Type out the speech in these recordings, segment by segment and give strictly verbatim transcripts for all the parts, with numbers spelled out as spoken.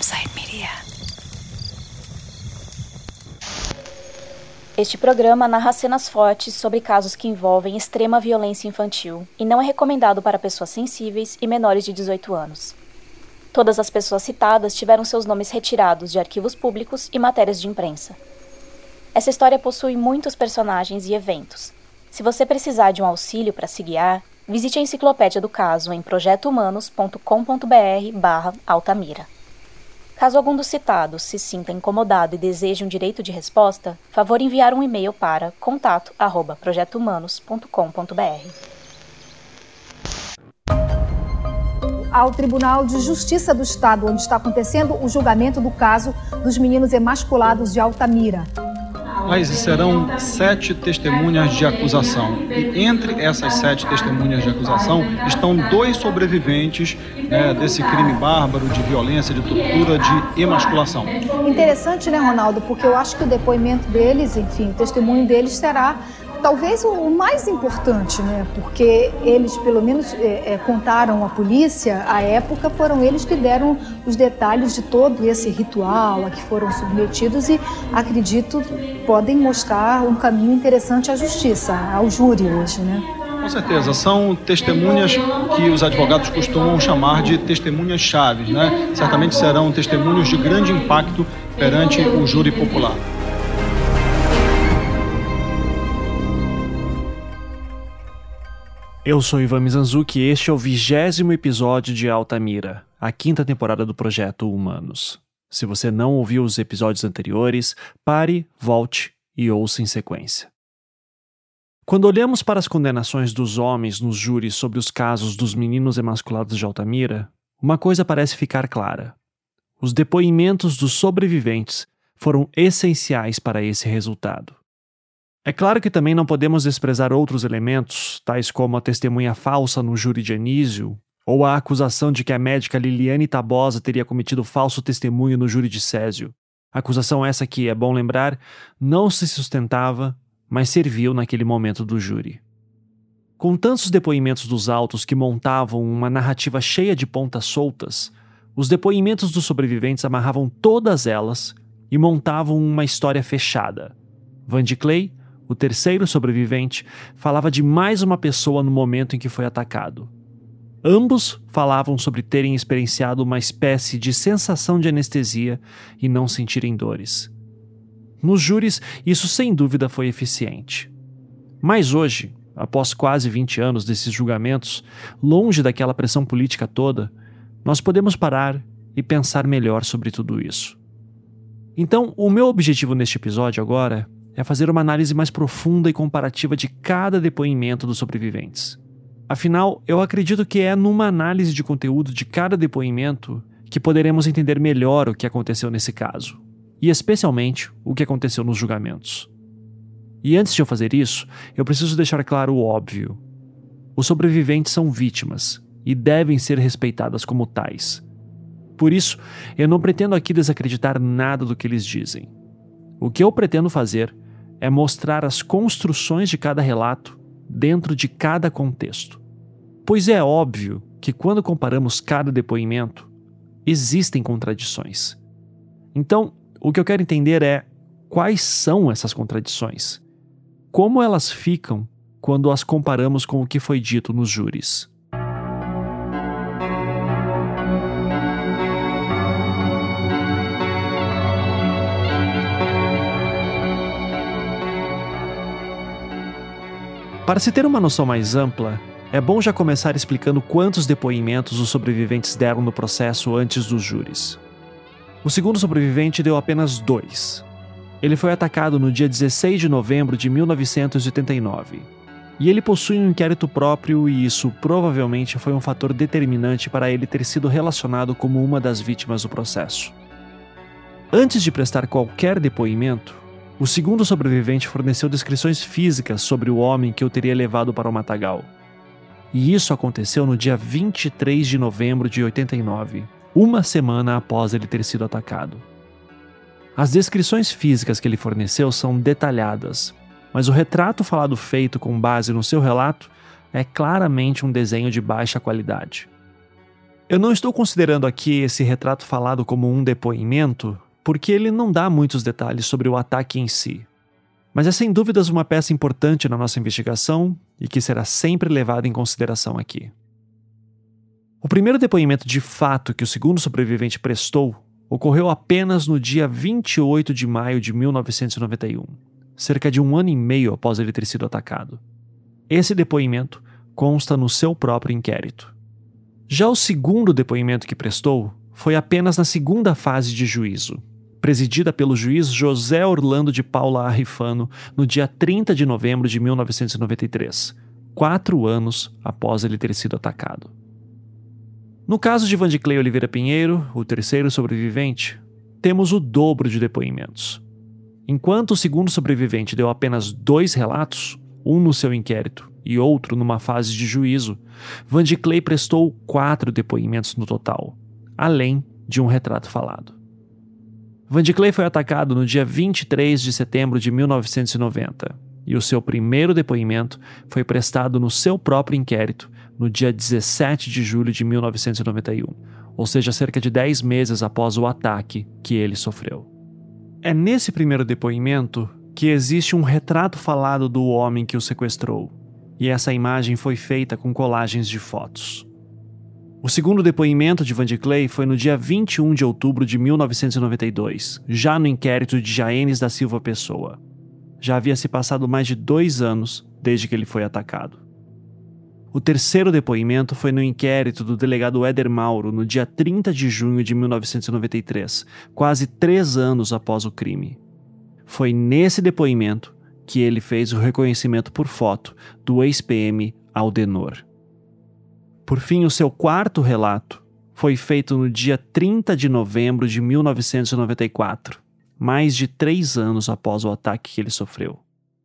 Insight Media. Este programa narra cenas fortes sobre casos que envolvem extrema violência infantil e não é recomendado para pessoas sensíveis e menores de dezoito anos. Todas as pessoas citadas tiveram seus nomes retirados de arquivos públicos e matérias de imprensa. Essa história possui muitos personagens e eventos. Se você precisar de um auxílio para se guiar, visite a enciclopédia do caso em projeto humanos ponto com ponto b r barra Altamira. Caso algum dos citados se sinta incomodado e deseje um direito de resposta, favor enviar um e-mail para contato arroba projeto humanos ponto com ponto b r. Ao Tribunal de Justiça do Estado, onde está acontecendo o julgamento do caso dos meninos emasculados de Altamira. Mas serão sete testemunhas de acusação. E entre essas sete testemunhas de acusação estão dois sobreviventes, né, desse crime bárbaro de violência, de tortura, de emasculação. Interessante, né, Ronaldo? Porque eu acho que o depoimento deles, enfim, o testemunho deles será talvez o mais importante, né? Porque eles, pelo menos, é, é, contaram à polícia, à época, foram eles que deram os detalhes de todo esse ritual a que foram submetidos e, acredito, podem mostrar um caminho interessante à justiça, ao júri hoje, né? Com certeza, são testemunhas que os advogados costumam chamar de testemunhas-chave, né? Certamente serão testemunhos de grande impacto perante o júri popular. Eu sou Ivan Mizanzuki e este é o vigésimo episódio de Altamira, a quinta temporada do Projeto Humanos. Se você não ouviu os episódios anteriores, pare, volte e ouça em sequência. Quando olhamos para as condenações dos homens nos júris sobre os casos dos meninos emasculados de Altamira, uma coisa parece ficar clara. Os depoimentos dos sobreviventes foram essenciais para esse resultado. É claro que também não podemos desprezar outros elementos, tais como a testemunha falsa no júri de Anísio, ou a acusação de que a médica Liliane Tabosa teria cometido falso testemunho no júri de Césio. Acusação essa que, é bom lembrar, não se sustentava, mas serviu naquele momento do júri. Com tantos depoimentos dos autos que montavam uma narrativa cheia de pontas soltas, os depoimentos dos sobreviventes amarravam todas elas e montavam uma história fechada. Van de Clay, o terceiro sobrevivente, falava de mais uma pessoa no momento em que foi atacado. Ambos falavam sobre terem experienciado uma espécie de sensação de anestesia e não sentirem dores. Nos júris, isso sem dúvida foi eficiente. Mas hoje, após quase vinte anos desses julgamentos, longe daquela pressão política toda, nós podemos parar e pensar melhor sobre tudo isso. Então, o meu objetivo neste episódio agora é fazer uma análise mais profunda e comparativa de cada depoimento dos sobreviventes. Afinal, eu acredito que é numa análise de conteúdo de cada depoimento que poderemos entender melhor o que aconteceu nesse caso, e especialmente o que aconteceu nos julgamentos. E antes de eu fazer isso, eu preciso deixar claro o óbvio. Os sobreviventes são vítimas e devem ser respeitadas como tais. Por isso, eu não pretendo aqui desacreditar nada do que eles dizem. O que eu pretendo fazer é mostrar as construções de cada relato dentro de cada contexto. Pois é óbvio que quando comparamos cada depoimento, existem contradições. Então, o que eu quero entender é quais são essas contradições? Como elas ficam quando as comparamos com o que foi dito nos júris? Para se ter uma noção mais ampla, é bom já começar explicando quantos depoimentos os sobreviventes deram no processo antes dos júris. O segundo sobrevivente deu apenas dois. Ele foi atacado no dia dezesseis de novembro de mil novecentos e oitenta e nove. E ele possui um inquérito próprio e isso provavelmente foi um fator determinante para ele ter sido relacionado como uma das vítimas do processo. Antes de prestar qualquer depoimento, o segundo sobrevivente forneceu descrições físicas sobre o homem que o teria levado para o matagal. E isso aconteceu no dia vinte e três de novembro de oitenta e nove, uma semana após ele ter sido atacado. As descrições físicas que ele forneceu são detalhadas, mas o retrato falado feito com base no seu relato é claramente um desenho de baixa qualidade. Eu não estou considerando aqui esse retrato falado como um depoimento, porque ele não dá muitos detalhes sobre o ataque em si. Mas é sem dúvidas uma peça importante na nossa investigação e que será sempre levada em consideração aqui. O primeiro depoimento de fato que o segundo sobrevivente prestou ocorreu apenas no dia vinte e oito de maio de mil novecentos e noventa e um, cerca de um ano e meio após ele ter sido atacado. Esse depoimento consta no seu próprio inquérito. Já o segundo depoimento que prestou foi apenas na segunda fase de juízo, presidida pelo juiz José Orlando de Paula Arrifano no dia trinta de novembro de mil novecentos e noventa e três, quatro anos após ele ter sido atacado. No caso de Vandiclay Oliveira Pinheiro, o terceiro sobrevivente, temos o dobro de depoimentos. Enquanto o segundo sobrevivente deu apenas dois relatos, um no seu inquérito e outro numa fase de juízo, Vandiclay prestou quatro depoimentos no total, além de um retrato falado. Vandiclay foi atacado no dia vinte e três de setembro de mil novecentos e noventa, e o seu primeiro depoimento foi prestado no seu próprio inquérito no dia dezessete de julho de mil novecentos e noventa e um, ou seja, cerca de dez meses após o ataque que ele sofreu. É nesse primeiro depoimento que existe um retrato falado do homem que o sequestrou, e essa imagem foi feita com colagens de fotos. O segundo depoimento de Vandiclay foi no dia vinte e um de outubro de mil novecentos e noventa e dois, já no inquérito de Jaenes da Silva Pessoa. Já havia se passado mais de dois anos desde que ele foi atacado. O terceiro depoimento foi no inquérito do delegado Éder Mauro no dia trinta de junho de mil novecentos e noventa e três, quase três anos após o crime. Foi nesse depoimento que ele fez o reconhecimento por foto do ex-P M Aldenor. Por fim, o seu quarto relato foi feito no dia trinta de novembro de mil novecentos e noventa e quatro, mais de três anos após o ataque que ele sofreu.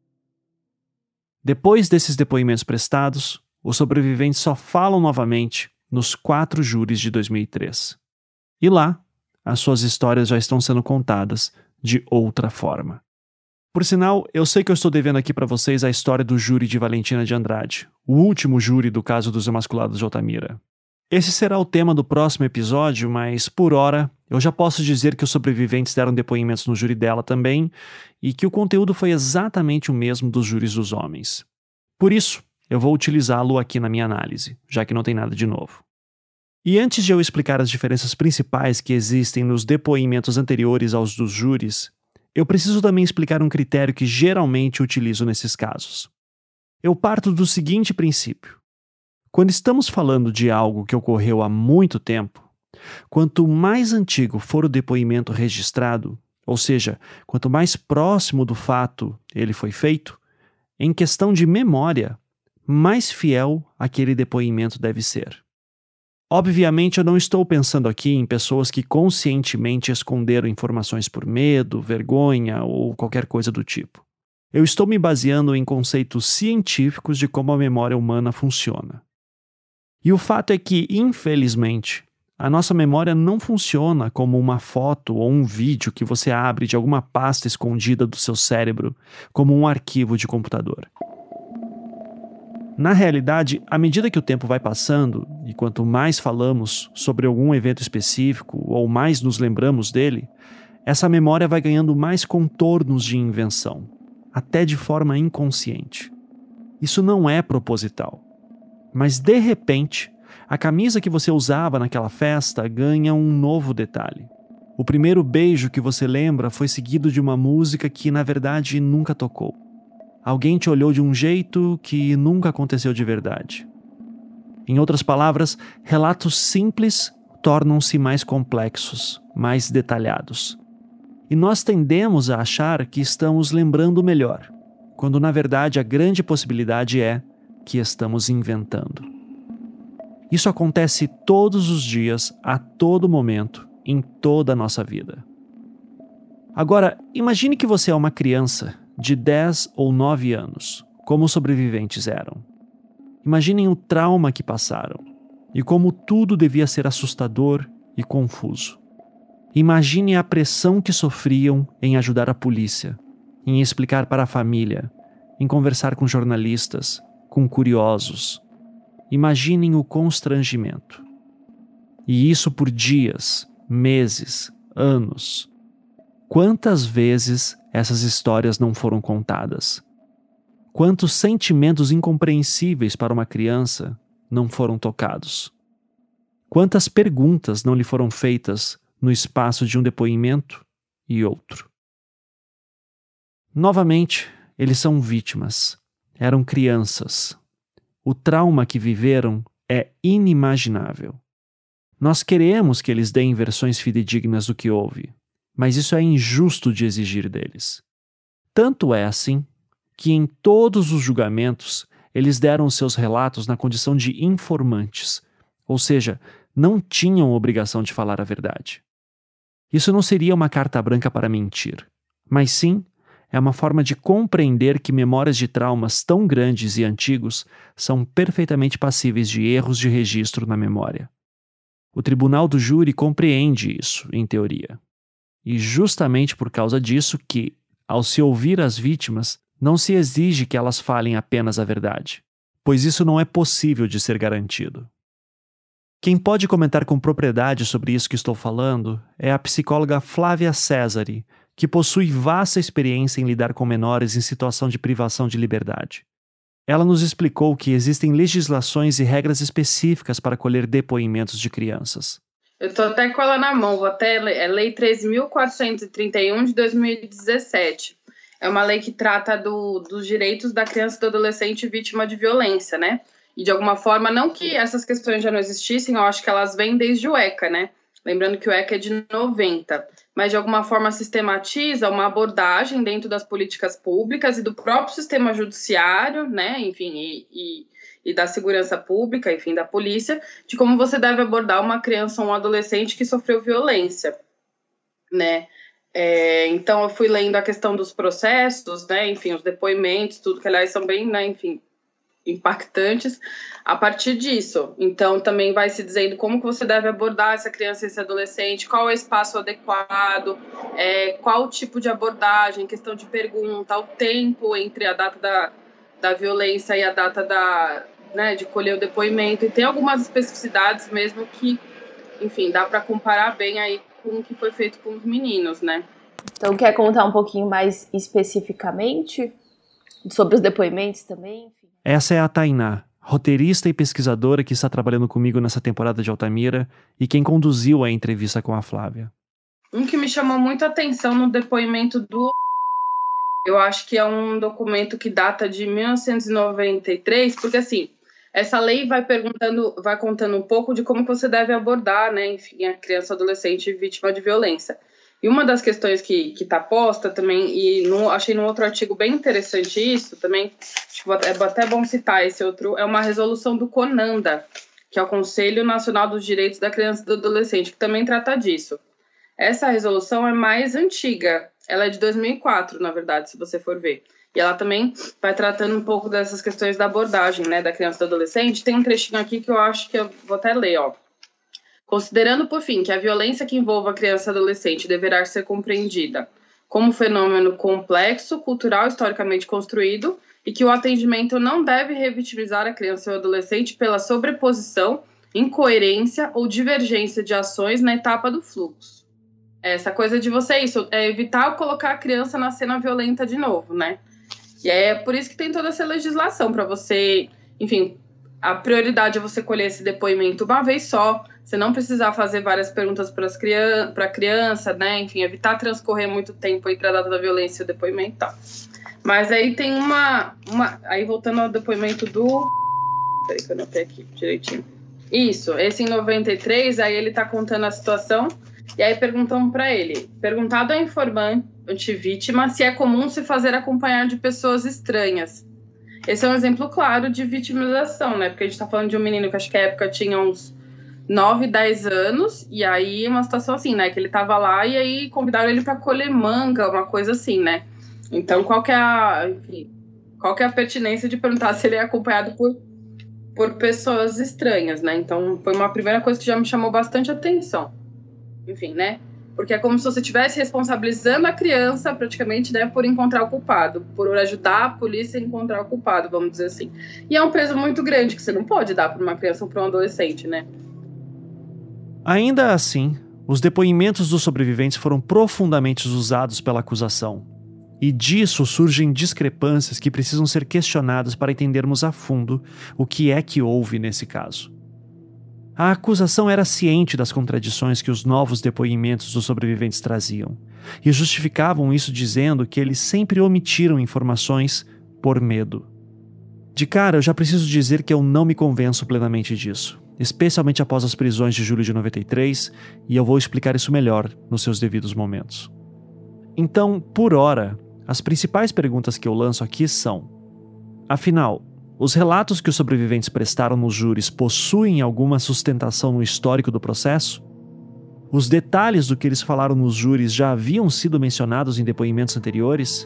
Depois desses depoimentos prestados, os sobreviventes só falam novamente nos quatro júris de dois mil e três. E lá, as suas histórias já estão sendo contadas de outra forma. Por sinal, eu sei que eu estou devendo aqui para vocês a história do júri de Valentina de Andrade, o último júri do caso dos emasculados de Altamira. Esse será o tema do próximo episódio, mas, por hora, eu já posso dizer que os sobreviventes deram depoimentos no júri dela também e que o conteúdo foi exatamente o mesmo dos júris dos homens. Por isso, eu vou utilizá-lo aqui na minha análise, já que não tem nada de novo. E antes de eu explicar as diferenças principais que existem nos depoimentos anteriores aos dos júris, eu preciso também explicar um critério que geralmente utilizo nesses casos. Eu parto do seguinte princípio. Quando estamos falando de algo que ocorreu há muito tempo, quanto mais antigo for o depoimento registrado, ou seja, quanto mais próximo do fato ele foi feito, em questão de memória, mais fiel aquele depoimento deve ser. Obviamente, eu não estou pensando aqui em pessoas que conscientemente esconderam informações por medo, vergonha ou qualquer coisa do tipo. Eu estou me baseando em conceitos científicos de como a memória humana funciona. E o fato é que, infelizmente, a nossa memória não funciona como uma foto ou um vídeo que você abre de alguma pasta escondida do seu cérebro, como um arquivo de computador. Na realidade, à medida que o tempo vai passando, e quanto mais falamos sobre algum evento específico ou mais nos lembramos dele, essa memória vai ganhando mais contornos de invenção, até de forma inconsciente. Isso não é proposital. Mas, de repente, a camisa que você usava naquela festa ganha um novo detalhe. O primeiro beijo que você lembra foi seguido de uma música que, na verdade, nunca tocou. Alguém te olhou de um jeito que nunca aconteceu de verdade. Em outras palavras, relatos simples tornam-se mais complexos, mais detalhados. E nós tendemos a achar que estamos lembrando melhor, quando na verdade a grande possibilidade é que estamos inventando. Isso acontece todos os dias, a todo momento, em toda a nossa vida. Agora, imagine que você é uma criança de dez ou nove anos, como os sobreviventes eram. Imaginem o trauma que passaram e como tudo devia ser assustador e confuso. Imagine a pressão que sofriam em ajudar a polícia, em explicar para a família, em conversar com jornalistas, com curiosos. Imaginem o constrangimento. E isso por dias, meses, anos. Quantas vezes essas histórias não foram contadas? Quantos sentimentos incompreensíveis para uma criança não foram tocados? Quantas perguntas não lhe foram feitas no espaço de um depoimento e outro? Novamente, eles são vítimas. Eram crianças. O trauma que viveram é inimaginável. Nós queremos que eles deem versões fidedignas do que houve, mas isso é injusto de exigir deles. Tanto é assim que em todos os julgamentos eles deram seus relatos na condição de informantes, ou seja, não tinham obrigação de falar a verdade. Isso não seria uma carta branca para mentir, mas sim é uma forma de compreender que memórias de traumas tão grandes e antigos são perfeitamente passíveis de erros de registro na memória. O tribunal do júri compreende isso, em teoria. E justamente por causa disso que, ao se ouvir as vítimas, não se exige que elas falem apenas a verdade, pois isso não é possível de ser garantido. Quem pode comentar com propriedade sobre isso que estou falando é a psicóloga Flávia Cesari, que possui vasta experiência em lidar com menores em situação de privação de liberdade. Ela nos explicou que existem legislações e regras específicas para colher depoimentos de crianças. Eu estou até com ela na mão, vou até ler. É Lei treze mil quatrocentos e trinta e um de dois mil e dezessete. É uma lei que trata do, dos direitos da criança e do adolescente vítima de violência, né? E de alguma forma, não que essas questões já não existissem, eu acho que elas vêm desde o ECA, né? Lembrando que o ECA é de noventa, mas de alguma forma sistematiza uma abordagem dentro das políticas públicas e do próprio sistema judiciário, né? Enfim, e, e, e da segurança pública, enfim, da polícia, de como você deve abordar uma criança ou um adolescente que sofreu violência, né? É, então, eu fui lendo a questão dos processos, né? Enfim, os depoimentos, tudo que, aliás, são bem, né? Enfim, impactantes a partir disso. Então, também vai se dizendo como que você deve abordar essa criança e esse adolescente, qual é o espaço adequado, é, qual tipo de abordagem, questão de pergunta, o tempo entre a data da, da violência e a data da, né, de colher o depoimento. E tem algumas especificidades mesmo que, enfim, dá para comparar bem aí com o que foi feito com os meninos, né? Então, quer contar um pouquinho mais especificamente sobre os depoimentos também? Essa é a Tainá, roteirista e pesquisadora que está trabalhando comigo nessa temporada de Altamira e quem conduziu a entrevista com a Flávia. Um que me chamou muito a atenção no depoimento do... Eu acho que é um documento que data de mil novecentos e noventa e três, porque assim, essa lei vai perguntando, vai contando um pouco de como você deve abordar, né, enfim, a criança ou adolescente vítima de violência. E uma das questões que está posta também, e no, achei num outro artigo bem interessante isso também, acho que é até bom citar esse outro, é uma resolução do CONANDA, que é o Conselho Nacional dos Direitos da Criança e do Adolescente, que também trata disso. Essa resolução é mais antiga, ela é de dois mil e quatro, na verdade, se você for ver. E ela também vai tratando um pouco dessas questões da abordagem, né, da criança e do adolescente. Tem um trechinho aqui que eu acho que eu vou até ler, ó. Considerando, por fim, que a violência que envolva a criança e adolescente deverá ser compreendida como fenômeno complexo, cultural, historicamente construído, e que o atendimento não deve revitimizar a criança ou adolescente pela sobreposição, incoerência ou divergência de ações na etapa do fluxo. Essa coisa de você, isso, é evitar colocar a criança na cena violenta de novo, né? E é por isso que tem toda essa legislação, para você, enfim, a prioridade é você colher esse depoimento uma vez só, você não precisar fazer várias perguntas para crian- a criança, né? Enfim, evitar transcorrer muito tempo aí para a data da violência e o depoimento e tal. Mas aí tem uma, uma... Aí voltando ao depoimento do... Peraí que eu anotei aqui direitinho. Isso, esse em noventa e três, aí ele tá contando a situação, e aí perguntam para ele, perguntado ao informante vítima se é comum se fazer acompanhar de pessoas estranhas. Esse é um exemplo claro de vitimização, né? Porque a gente tá falando de um menino que acho que na época tinha uns nove, dez anos, e aí uma situação assim, né? Que ele tava lá e aí convidaram ele para colher manga, uma coisa assim, né? Então, qual que é a, enfim, qual que é a pertinência de perguntar se ele é acompanhado por, por pessoas estranhas, né? Então, foi uma primeira coisa que já me chamou bastante atenção. Enfim, né? Porque é como se você estivesse responsabilizando a criança, praticamente, né, por encontrar o culpado, por ajudar a polícia a encontrar o culpado, vamos dizer assim. E é um peso muito grande que você não pode dar para uma criança ou para um adolescente, né? Ainda assim, os depoimentos dos sobreviventes foram profundamente usados pela acusação, e disso surgem discrepâncias que precisam ser questionadas para entendermos a fundo o que é que houve nesse caso. A acusação era ciente das contradições que os novos depoimentos dos sobreviventes traziam, e justificavam isso dizendo que eles sempre omitiram informações por medo. De cara, eu já preciso dizer que eu não me convenço plenamente disso, especialmente após as prisões de julho de noventa e três, e eu vou explicar isso melhor nos seus devidos momentos. Então, por hora, as principais perguntas que eu lanço aqui são: afinal, os relatos que os sobreviventes prestaram nos júris possuem alguma sustentação no histórico do processo? Os detalhes do que eles falaram nos júris já haviam sido mencionados em depoimentos anteriores?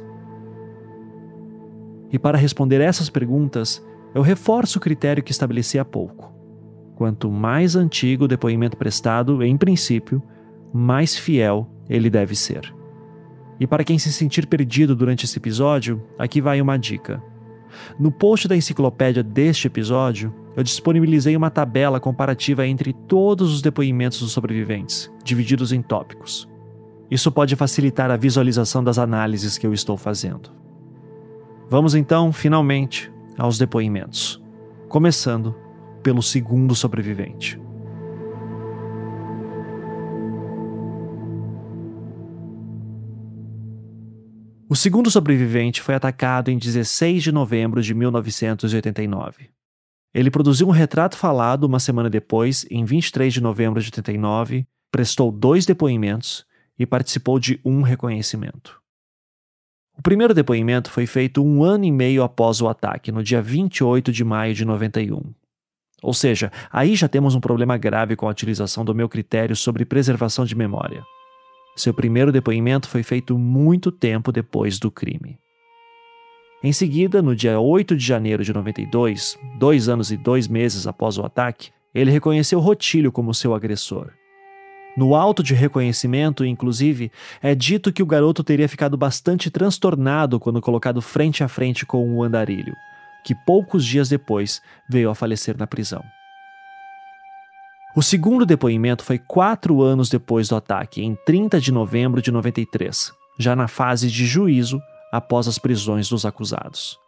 E para responder essas perguntas, eu reforço o critério que estabeleci há pouco. Quanto mais antigo o depoimento prestado, em princípio, mais fiel ele deve ser. E para quem se sentir perdido durante esse episódio, aqui vai uma dica. No post da enciclopédia deste episódio, eu disponibilizei uma tabela comparativa entre todos os depoimentos dos sobreviventes, divididos em tópicos. Isso pode facilitar a visualização das análises que eu estou fazendo. Vamos então, finalmente, aos depoimentos, começando pelo segundo sobrevivente. O segundo sobrevivente foi atacado em dezesseis de novembro de mil novecentos e oitenta e nove. Ele produziu um retrato falado uma semana depois, em vinte e três de novembro de oitenta e nove, prestou dois depoimentos e participou de um reconhecimento. O primeiro depoimento foi feito um ano e meio após o ataque, no dia vinte e oito de maio de noventa e um. Ou seja, aí já temos um problema grave com a utilização do meu critério sobre preservação de memória. Seu primeiro depoimento foi feito muito tempo depois do crime. Em seguida, no dia oito de janeiro de noventa e dois, dois anos e dois meses após o ataque, ele reconheceu Rotílio como seu agressor. No auto de reconhecimento, inclusive, é dito que o garoto teria ficado bastante transtornado quando colocado frente a frente com o andarilho, que poucos dias depois veio a falecer na prisão. O segundo depoimento foi quatro anos depois do ataque, em trinta de novembro de noventa e três, já na fase de juízo após as prisões dos acusados.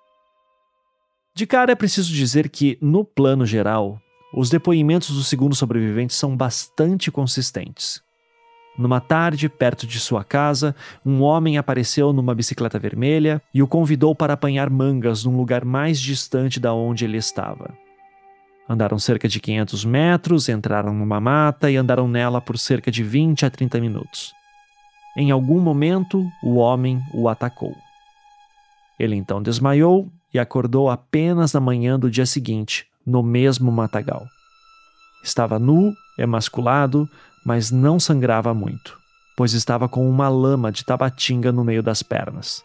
De cara é preciso dizer que, no plano geral, os depoimentos do segundo sobrevivente são bastante consistentes. Numa tarde, perto de sua casa, um homem apareceu numa bicicleta vermelha e o convidou para apanhar mangas num lugar mais distante da onde ele estava. Andaram cerca de quinhentos metros, entraram numa mata e andaram nela por cerca de vinte a trinta minutos. Em algum momento, o homem o atacou. Ele então desmaiou e acordou apenas na manhã do dia seguinte, no mesmo matagal. Estava nu, emasculado, mas não sangrava muito, pois estava com uma lama de tabatinga no meio das pernas.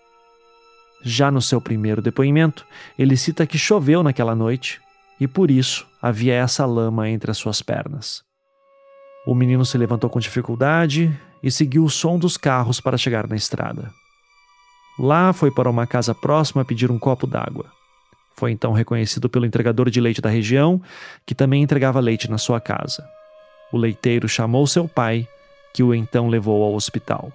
Já no seu primeiro depoimento, ele cita que choveu naquela noite e por isso havia essa lama entre as suas pernas. O menino se levantou com dificuldade e seguiu o som dos carros para chegar na estrada. Lá foi para uma casa próxima pedir um copo d'água. Foi então reconhecido pelo entregador de leite da região, que também entregava leite na sua casa. O leiteiro chamou seu pai, que o então levou ao hospital.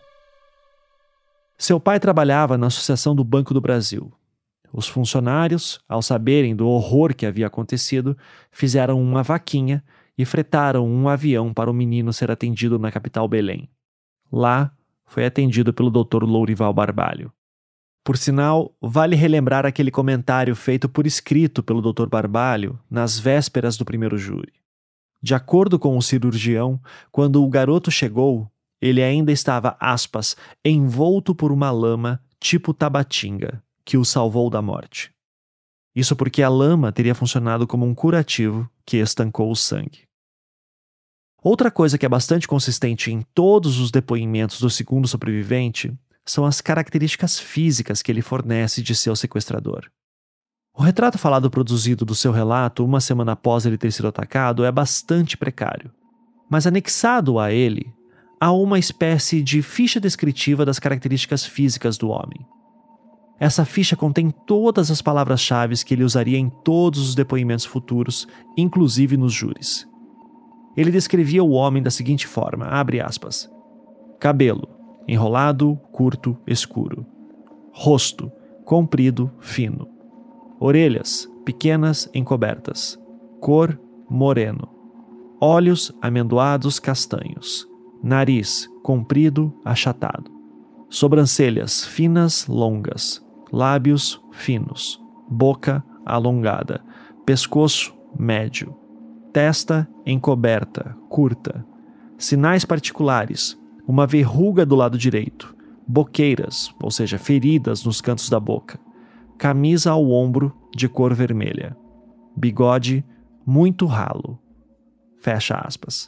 Seu pai trabalhava na Associação do Banco do Brasil. Os funcionários, ao saberem do horror que havia acontecido, fizeram uma vaquinha e fretaram um avião para o menino ser atendido na capital Belém. Lá, foi atendido pelo doutor Lourival Barbalho. Por sinal, vale relembrar aquele comentário feito por escrito pelo doutor Barbalho nas vésperas do primeiro júri. De acordo com o cirurgião, quando o garoto chegou, ele ainda estava, aspas, envolto por uma lama tipo tabatinga, que o salvou da morte. Isso porque a lama teria funcionado como um curativo que estancou o sangue. Outra coisa que é bastante consistente em todos os depoimentos do segundo sobrevivente são as características físicas que ele fornece de seu sequestrador. O retrato falado produzido do seu relato uma semana após ele ter sido atacado é bastante precário, mas anexado a ele há uma espécie de ficha descritiva das características físicas do homem. Essa ficha contém todas as palavras-chave que ele usaria em todos os depoimentos futuros, inclusive nos júris. Ele descrevia o homem da seguinte forma, abre aspas, cabelo, enrolado, curto, escuro. Rosto, comprido, fino. Orelhas, pequenas, encobertas. Cor, moreno. Olhos, amendoados, castanhos. Nariz, comprido, achatado. Sobrancelhas, finas, longas. Lábios, finos. Boca, alongada. Pescoço, médio. Testa, encoberta, curta. Sinais particulares, uma verruga do lado direito. Boqueiras, ou seja, feridas nos cantos da boca. Camisa ao ombro, de cor vermelha. Bigode, muito ralo. Fecha aspas.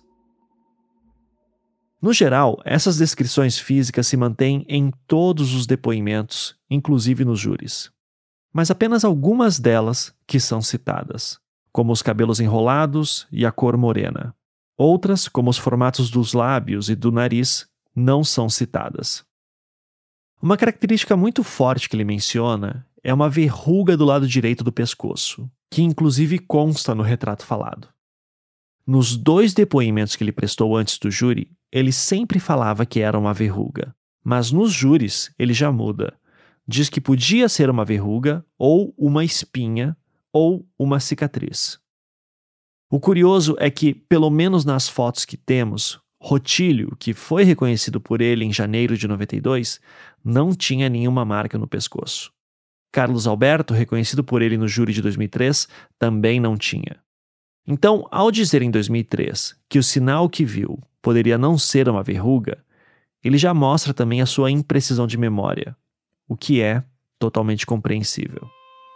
No geral, essas descrições físicas se mantêm em todos os depoimentos, inclusive nos júris. Mas apenas algumas delas que são citadas, como os cabelos enrolados e a cor morena. Outras, como os formatos dos lábios e do nariz, não são citadas. Uma característica muito forte que ele menciona é uma verruga do lado direito do pescoço, que inclusive consta no retrato falado. Nos dois depoimentos que ele prestou antes do júri, ele sempre falava que era uma verruga, mas nos júris ele já muda. Diz que podia ser uma verruga, ou uma espinha, ou uma cicatriz. O curioso é que, pelo menos nas fotos que temos, Rotílio, que foi reconhecido por ele em janeiro de noventa e dois, não tinha nenhuma marca no pescoço. Carlos Alberto, reconhecido por ele no júri de dois mil e três, também não tinha. Então, ao dizer em dois mil e três que o sinal que viu poderia não ser uma verruga, ele já mostra também a sua imprecisão de memória, o que é totalmente compreensível.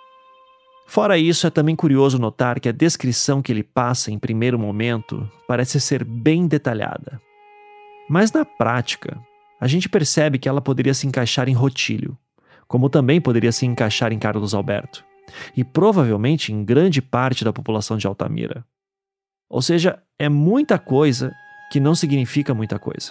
Fora isso, é também curioso notar que a descrição que ele passa em primeiro momento parece ser bem detalhada. Mas na prática, a gente percebe que ela poderia se encaixar em Rotílio, como também poderia se encaixar em Carlos Alberto, e provavelmente em grande parte da população de Altamira. Ou seja, é muita coisa que não significa muita coisa.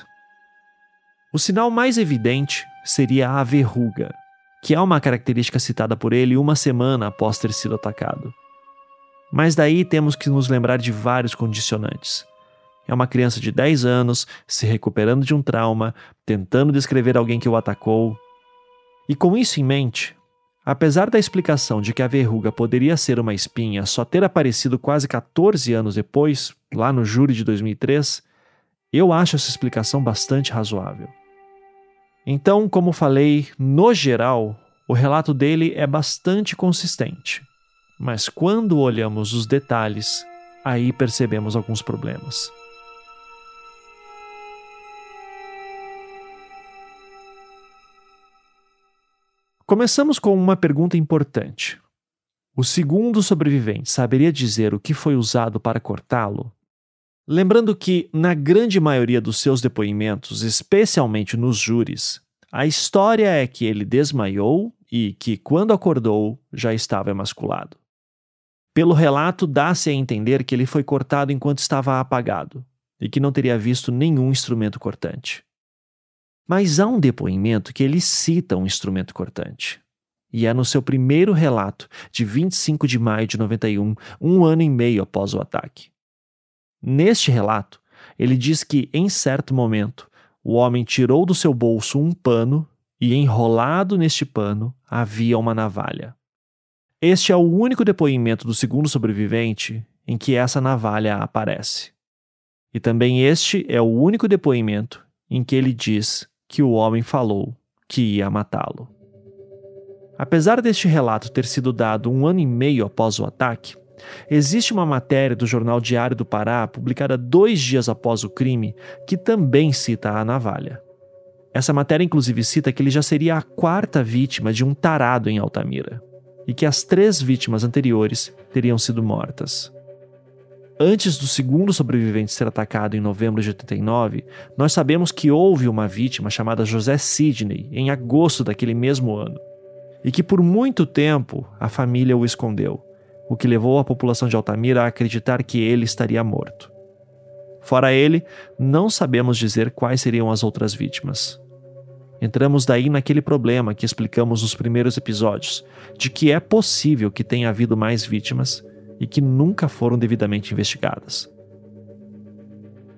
O sinal mais evidente seria a verruga, que é uma característica citada por ele uma semana após ter sido atacado. Mas daí temos que nos lembrar de vários condicionantes. É uma criança de dez anos, se recuperando de um trauma, tentando descrever alguém que o atacou. E com isso em mente, apesar da explicação de que a verruga poderia ser uma espinha só ter aparecido quase quatorze anos depois, lá no júri de dois mil e três, eu acho essa explicação bastante razoável. Então, como falei, no geral, o relato dele é bastante consistente. Mas quando olhamos os detalhes, aí percebemos alguns problemas. Começamos com uma pergunta importante. O segundo sobrevivente saberia dizer o que foi usado para cortá-lo? Lembrando que, na grande maioria dos seus depoimentos, especialmente nos júris, a história é que ele desmaiou e que, quando acordou, já estava emasculado. Pelo relato, dá-se a entender que ele foi cortado enquanto estava apagado e que não teria visto nenhum instrumento cortante. Mas há um depoimento que ele cita um instrumento cortante. E é no seu primeiro relato, de vinte e cinco de maio de noventa e um, um ano e meio após o ataque. Neste relato, ele diz que, em certo momento, o homem tirou do seu bolso um pano e, enrolado neste pano, havia uma navalha. Este é o único depoimento do segundo sobrevivente em que essa navalha aparece. E também este é o único depoimento em que ele diz que o homem falou que ia matá-lo. Apesar deste relato ter sido dado um ano e meio após o ataque, existe uma matéria do jornal Diário do Pará, publicada dois dias após o crime, que também cita a navalha. Essa matéria inclusive cita que ele já seria a quarta vítima de um tarado em Altamira, e que as três vítimas anteriores teriam sido mortas. Antes do segundo sobrevivente ser atacado em novembro de oitenta e nove, nós sabemos que houve uma vítima chamada José Sidney em agosto daquele mesmo ano, e que por muito tempo a família o escondeu, o que levou a população de Altamira a acreditar que ele estaria morto. Fora ele, não sabemos dizer quais seriam as outras vítimas. Entramos daí naquele problema que explicamos nos primeiros episódios, de que é possível que tenha havido mais vítimas e que nunca foram devidamente investigadas.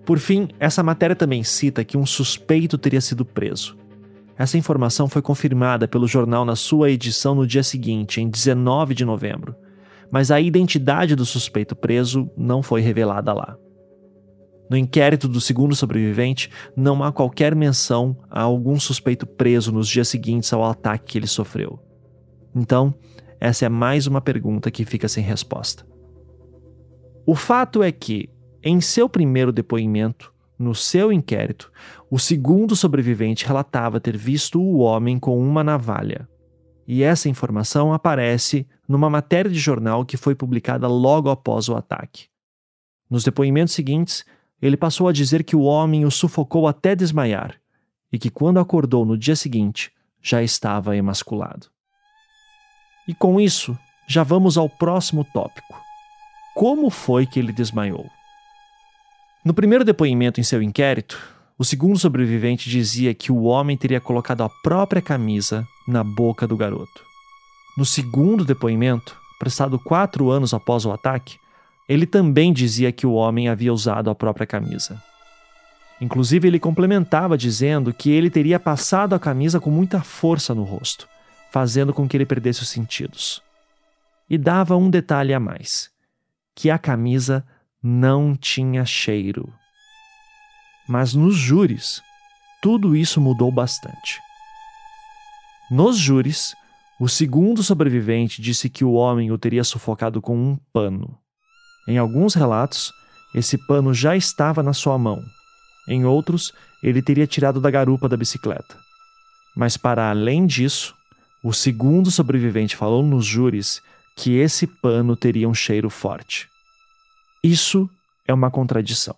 Por fim, essa matéria também cita que um suspeito teria sido preso. Essa informação foi confirmada pelo jornal na sua edição no dia seguinte, em dezenove de novembro, mas a identidade do suspeito preso não foi revelada lá. No inquérito do segundo sobrevivente, não há qualquer menção a algum suspeito preso nos dias seguintes ao ataque que ele sofreu. Então, essa é mais uma pergunta que fica sem resposta. O fato é que, em seu primeiro depoimento, no seu inquérito, o segundo sobrevivente relatava ter visto o homem com uma navalha. E essa informação aparece numa matéria de jornal que foi publicada logo após o ataque. Nos depoimentos seguintes, ele passou a dizer que o homem o sufocou até desmaiar e que quando acordou no dia seguinte, já estava emasculado. E com isso, já vamos ao próximo tópico. Como foi que ele desmaiou? No primeiro depoimento em seu inquérito, o segundo sobrevivente dizia que o homem teria colocado a própria camisa na boca do garoto. No segundo depoimento, prestado quatro anos após o ataque, ele também dizia que o homem havia usado a própria camisa. Inclusive, ele complementava dizendo que ele teria passado a camisa com muita força no rosto, fazendo com que ele perdesse os sentidos. E dava um detalhe a mais, que a camisa não tinha cheiro. Mas nos júris, tudo isso mudou bastante. Nos júris, o segundo sobrevivente disse que o homem o teria sufocado com um pano. Em alguns relatos, esse pano já estava na sua mão. Em outros, ele teria tirado da garupa da bicicleta. Mas para além disso, o segundo sobrevivente falou nos júris que esse pano teria um cheiro forte. Isso é uma contradição.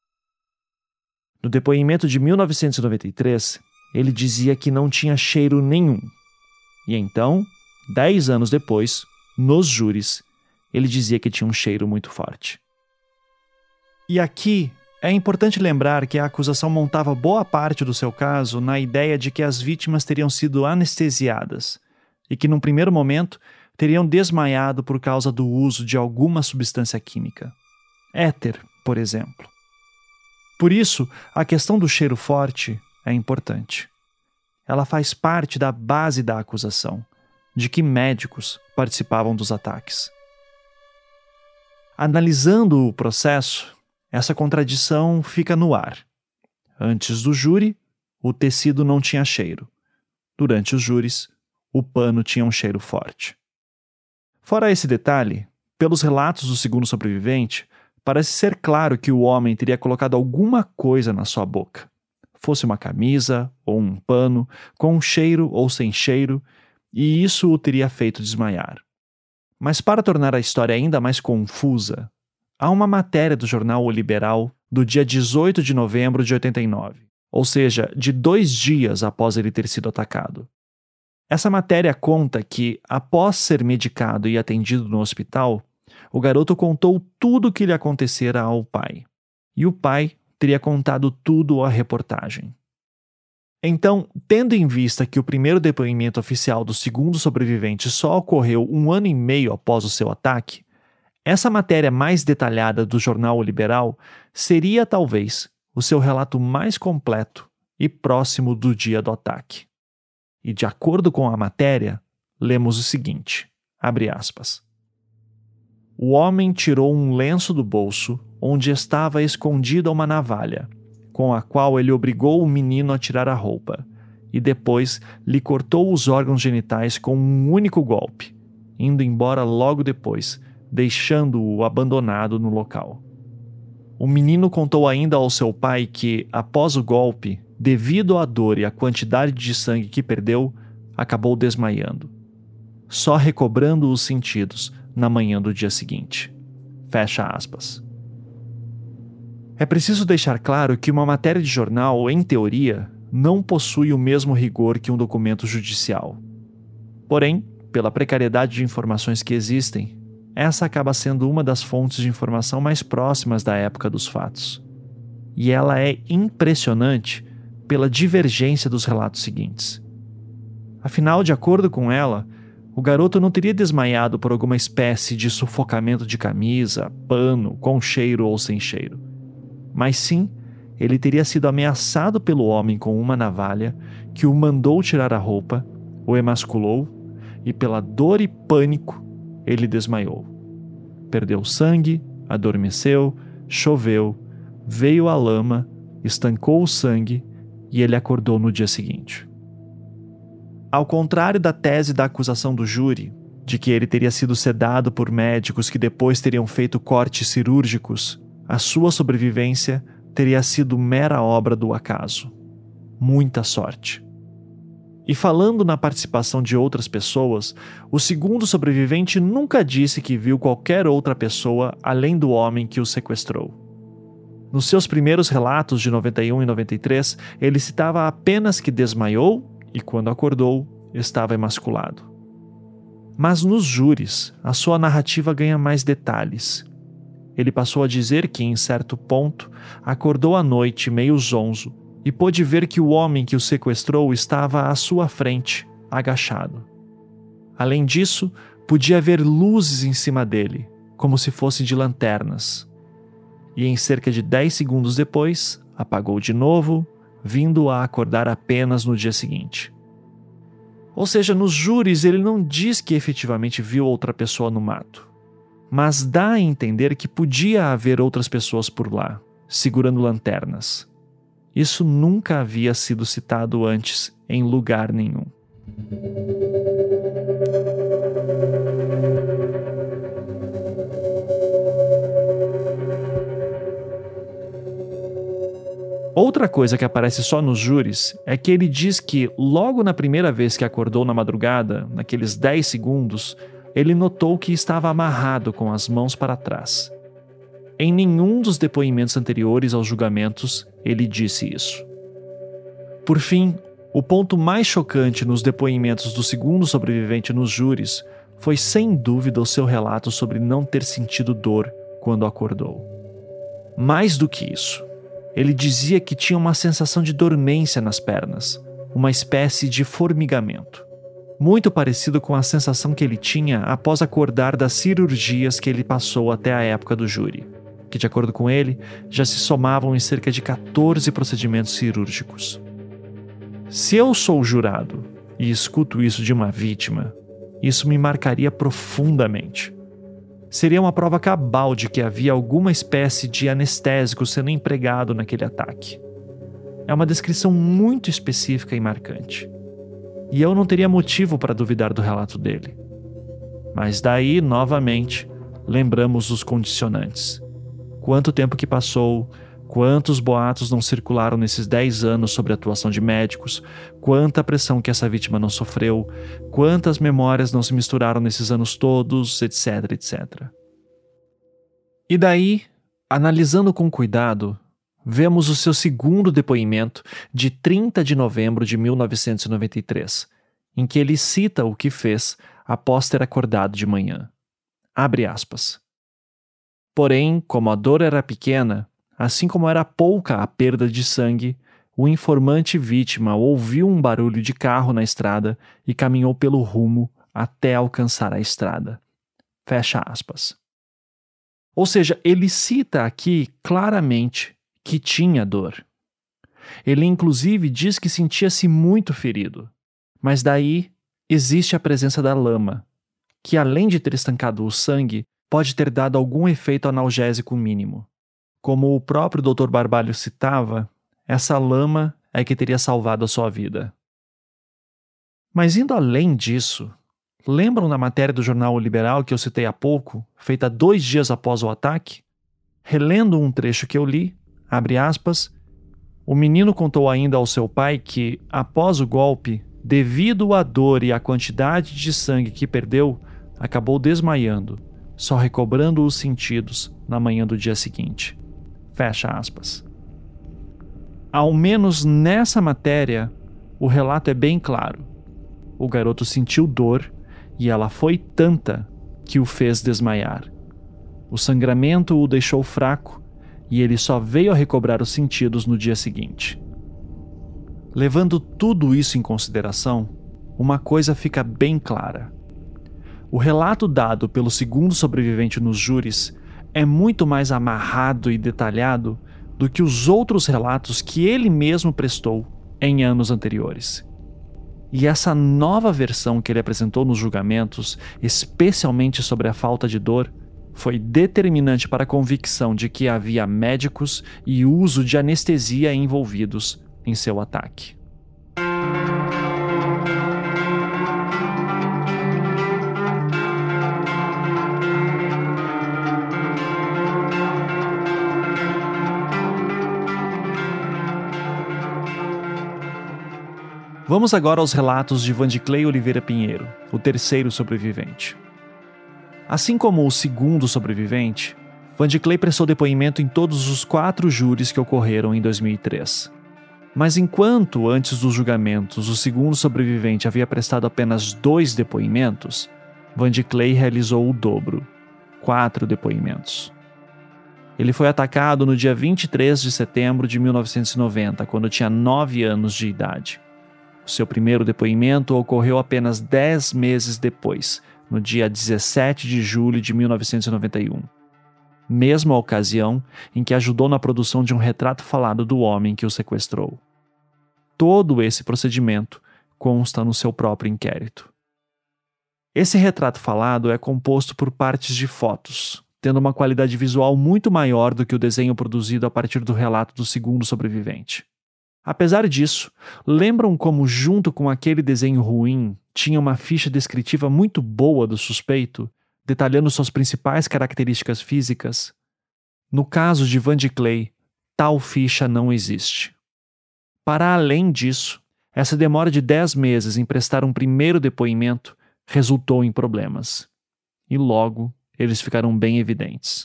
No depoimento de mil novecentos e noventa e três, ele dizia que não tinha cheiro nenhum. E então, dez anos depois, nos júris, ele dizia que tinha um cheiro muito forte. E aqui é importante lembrar que a acusação montava boa parte do seu caso na ideia de que as vítimas teriam sido anestesiadas e que, num primeiro momento, teriam desmaiado por causa do uso de alguma substância química. Éter, por exemplo. Por isso, a questão do cheiro forte é importante. Ela faz parte da base da acusação, de que médicos participavam dos ataques. Analisando o processo, essa contradição fica no ar. Antes do júri, o tecido não tinha cheiro. Durante os júris, o pano tinha um cheiro forte. Fora esse detalhe, pelos relatos do segundo sobrevivente, parece ser claro que o homem teria colocado alguma coisa na sua boca. Fosse uma camisa ou um pano, com cheiro ou sem cheiro, e isso o teria feito desmaiar. Mas para tornar a história ainda mais confusa, há uma matéria do jornal O Liberal do dia dezoito de novembro de oitenta e nove, ou seja, de dois dias após ele ter sido atacado. Essa matéria conta que, após ser medicado e atendido no hospital, o garoto contou tudo o que lhe acontecera ao pai. E o pai teria contado tudo à reportagem. Então, tendo em vista que o primeiro depoimento oficial do segundo sobrevivente só ocorreu um ano e meio após o seu ataque, essa matéria mais detalhada do jornal O Liberal seria, talvez, o seu relato mais completo e próximo do dia do ataque. E, de acordo com a matéria, lemos o seguinte, abre aspas. O homem tirou um lenço do bolso onde estava escondida uma navalha, com a qual ele obrigou o menino a tirar a roupa, e depois lhe cortou os órgãos genitais com um único golpe, indo embora logo depois, deixando-o abandonado no local. O menino contou ainda ao seu pai que, após o golpe, devido à dor e à quantidade de sangue que perdeu, acabou desmaiando, só recobrando os sentidos na manhã do dia seguinte. Fecha aspas. É preciso deixar claro que uma matéria de jornal, em teoria, não possui o mesmo rigor que um documento judicial. Porém, pela precariedade de informações que existem, essa acaba sendo uma das fontes de informação mais próximas da época dos fatos. E ela é impressionante pela divergência dos relatos seguintes. Afinal, de acordo com ela, o garoto não teria desmaiado por alguma espécie de sufocamento de camisa, pano, com cheiro ou sem cheiro, mas sim ele teria sido ameaçado pelo homem com uma navalha, que o mandou tirar a roupa, o emasculou e, pela dor e pânico, ele desmaiou. Perdeu sangue, adormeceu, choveu, veio a lama, estancou o sangue e ele acordou no dia seguinte. Ao contrário da tese da acusação do júri, de que ele teria sido sedado por médicos que depois teriam feito cortes cirúrgicos, a sua sobrevivência teria sido mera obra do acaso. Muita sorte. E falando na participação de outras pessoas, o segundo sobrevivente nunca disse que viu qualquer outra pessoa além do homem que o sequestrou. Nos seus primeiros relatos de noventa e um e noventa e três, ele citava apenas que desmaiou e, quando acordou, estava emasculado. Mas nos júris, a sua narrativa ganha mais detalhes. Ele passou a dizer que, em certo ponto, acordou à noite meio zonzo e pôde ver que o homem que o sequestrou estava à sua frente, agachado. Além disso, podia ver luzes em cima dele, como se fossem de lanternas. E em cerca de dez segundos depois, apagou de novo, vindo a acordar apenas no dia seguinte. Ou seja, nos júris ele não diz que efetivamente viu outra pessoa no mato, mas dá a entender que podia haver outras pessoas por lá, segurando lanternas. Isso nunca havia sido citado antes em lugar nenhum. Outra coisa que aparece só nos júris é que ele diz que, logo na primeira vez que acordou na madrugada, naqueles dez segundos, ele notou que estava amarrado com as mãos para trás. Em nenhum dos depoimentos anteriores aos julgamentos, ele disse isso. Por fim, o ponto mais chocante nos depoimentos do segundo sobrevivente nos júris foi sem dúvida o seu relato sobre não ter sentido dor quando acordou. Mais do que isso, ele dizia que tinha uma sensação de dormência nas pernas, uma espécie de formigamento, muito parecido com a sensação que ele tinha após acordar das cirurgias que ele passou até a época do júri, que, de acordo com ele, já se somavam em cerca de quatorze procedimentos cirúrgicos. Se eu sou jurado e escuto isso de uma vítima, isso me marcaria profundamente. Seria uma prova cabal de que havia alguma espécie de anestésico sendo empregado naquele ataque. É uma descrição muito específica e marcante. E eu não teria motivo para duvidar do relato dele. Mas daí, novamente, lembramos os condicionantes. Quanto tempo que passou, quantos boatos não circularam nesses dez anos sobre a atuação de médicos, quanta pressão que essa vítima não sofreu, quantas memórias não se misturaram nesses anos todos, etc, etcétera. E daí, analisando com cuidado, vemos o seu segundo depoimento de trinta de novembro de mil novecentos e noventa e três, em que ele cita o que fez após ter acordado de manhã. Abre aspas. Porém, como a dor era pequena, assim como era pouca a perda de sangue, o informante vítima ouviu um barulho de carro na estrada e caminhou pelo rumo até alcançar a estrada. Fecha aspas. Ou seja, ele cita aqui claramente que tinha dor. Ele inclusive diz que sentia-se muito ferido, mas daí existe a presença da lama, que além de ter estancado o sangue, pode ter dado algum efeito analgésico mínimo. Como o próprio doutor Barbalho citava, essa lama é que teria salvado a sua vida. Mas indo além disso, lembram da matéria do jornal O Liberal que eu citei há pouco, feita dois dias após o ataque? Relendo um trecho que eu li, abre aspas, o menino contou ainda ao seu pai que, após o golpe, devido à dor e à quantidade de sangue que perdeu, acabou desmaiando, só recobrando os sentidos na manhã do dia seguinte. Fecha aspas. Ao menos nessa matéria, o relato é bem claro. O garoto sentiu dor e ela foi tanta que o fez desmaiar. O sangramento o deixou fraco e ele só veio a recobrar os sentidos no dia seguinte. Levando tudo isso em consideração, uma coisa fica bem clara. O relato dado pelo segundo sobrevivente nos júris é muito mais amarrado e detalhado do que os outros relatos que ele mesmo prestou em anos anteriores. E essa nova versão que ele apresentou nos julgamentos, especialmente sobre a falta de dor, foi determinante para a convicção de que havia médicos e uso de anestesia envolvidos em seu ataque. Vamos agora aos relatos de Vanderlei Oliveira Pinheiro, o terceiro sobrevivente. Assim como o segundo sobrevivente, Vanderlei prestou depoimento em todos os quatro júris que ocorreram em dois mil e três. Mas enquanto, antes dos julgamentos, o segundo sobrevivente havia prestado apenas dois depoimentos, Vanderlei realizou o dobro, quatro depoimentos. Ele foi atacado no dia vinte e três de setembro de mil novecentos e noventa, quando tinha nove anos de idade. Seu primeiro depoimento ocorreu apenas dez meses depois, no dia dezessete de julho de mil novecentos e noventa e um. Mesma ocasião em que ajudou na produção de um retrato falado do homem que o sequestrou. Todo esse procedimento consta no seu próprio inquérito. Esse retrato falado é composto por partes de fotos, tendo uma qualidade visual muito maior do que o desenho produzido a partir do relato do segundo sobrevivente. Apesar disso, lembram como, junto com aquele desenho ruim, tinha uma ficha descritiva muito boa do suspeito, detalhando suas principais características físicas? No caso de Vanderlei, tal ficha não existe. Para além disso, essa demora de dez meses em prestar um primeiro depoimento resultou em problemas. E logo, eles ficaram bem evidentes.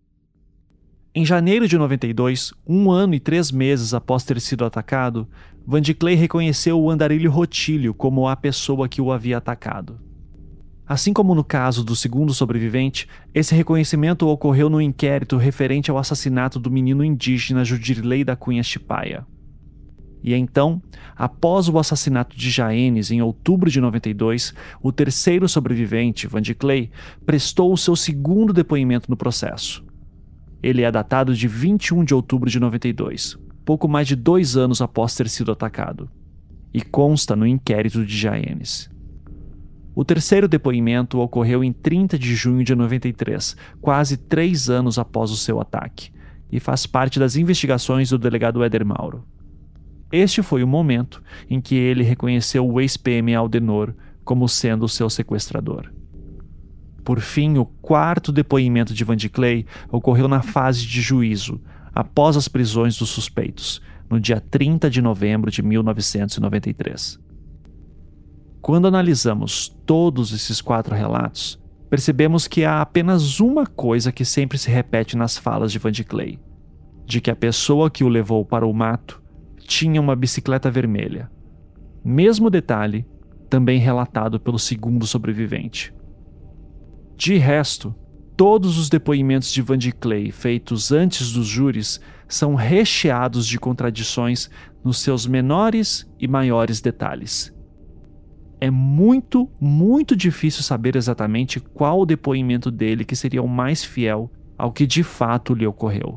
Em janeiro de noventa e dois, um ano e três meses após ter sido atacado, Vanderlei reconheceu o Andarilho Rotílio como a pessoa que o havia atacado. Assim como no caso do segundo sobrevivente, esse reconhecimento ocorreu no inquérito referente ao assassinato do menino indígena Judirley da Cunha Chipaia. E então, após o assassinato de Jaenes em outubro de noventa e dois, o terceiro sobrevivente, Vanderlei, prestou o seu segundo depoimento no processo. Ele é datado de vinte e um de outubro de noventa e dois, pouco mais de dois anos após ter sido atacado, e consta no inquérito de Jaenes. O terceiro depoimento ocorreu em trinta de junho de noventa e três, quase três anos após o seu ataque, e faz parte das investigações do delegado Éder Mauro. Este foi o momento em que ele reconheceu o ex-P M Aldenor como sendo o seu sequestrador. Por fim, o quarto depoimento de Vanderlei ocorreu na fase de juízo, após as prisões dos suspeitos, no dia trinta de novembro de mil novecentos e noventa e três. Quando analisamos todos esses quatro relatos, percebemos que há apenas uma coisa que sempre se repete nas falas de Vanderlei, de que a pessoa que o levou para o mato tinha uma bicicleta vermelha. Mesmo detalhe, também relatado pelo segundo sobrevivente. De resto, todos os depoimentos de Vanderlei feitos antes dos júris são recheados de contradições nos seus menores e maiores detalhes. É muito, muito difícil saber exatamente qual o depoimento dele que seria o mais fiel ao que de fato lhe ocorreu.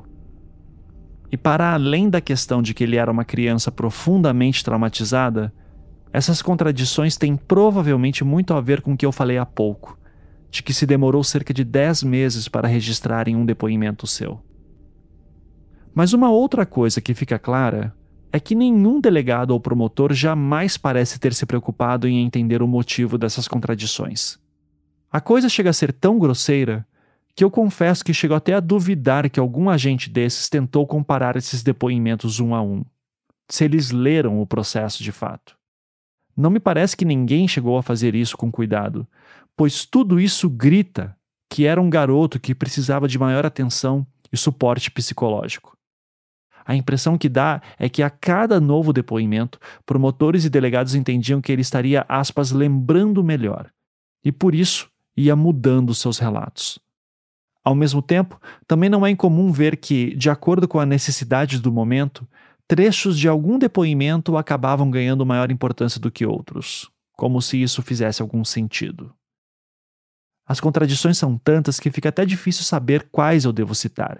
E para além da questão de que ele era uma criança profundamente traumatizada, essas contradições têm provavelmente muito a ver com o que eu falei há pouco, de que se demorou cerca de dez meses para registrar em um depoimento seu. Mas uma outra coisa que fica clara é que nenhum delegado ou promotor jamais parece ter se preocupado em entender o motivo dessas contradições. A coisa chega a ser tão grosseira que eu confesso que chego até a duvidar que algum agente desses tentou comparar esses depoimentos um a um, se eles leram o processo de fato. Não me parece que ninguém chegou a fazer isso com cuidado, pois tudo isso grita que era um garoto que precisava de maior atenção e suporte psicológico. A impressão que dá é que a cada novo depoimento, promotores e delegados entendiam que ele estaria, aspas, lembrando melhor, e por isso ia mudando seus relatos. Ao mesmo tempo, também não é incomum ver que, de acordo com a necessidade do momento, trechos de algum depoimento acabavam ganhando maior importância do que outros, como se isso fizesse algum sentido. As contradições são tantas que fica até difícil saber quais eu devo citar,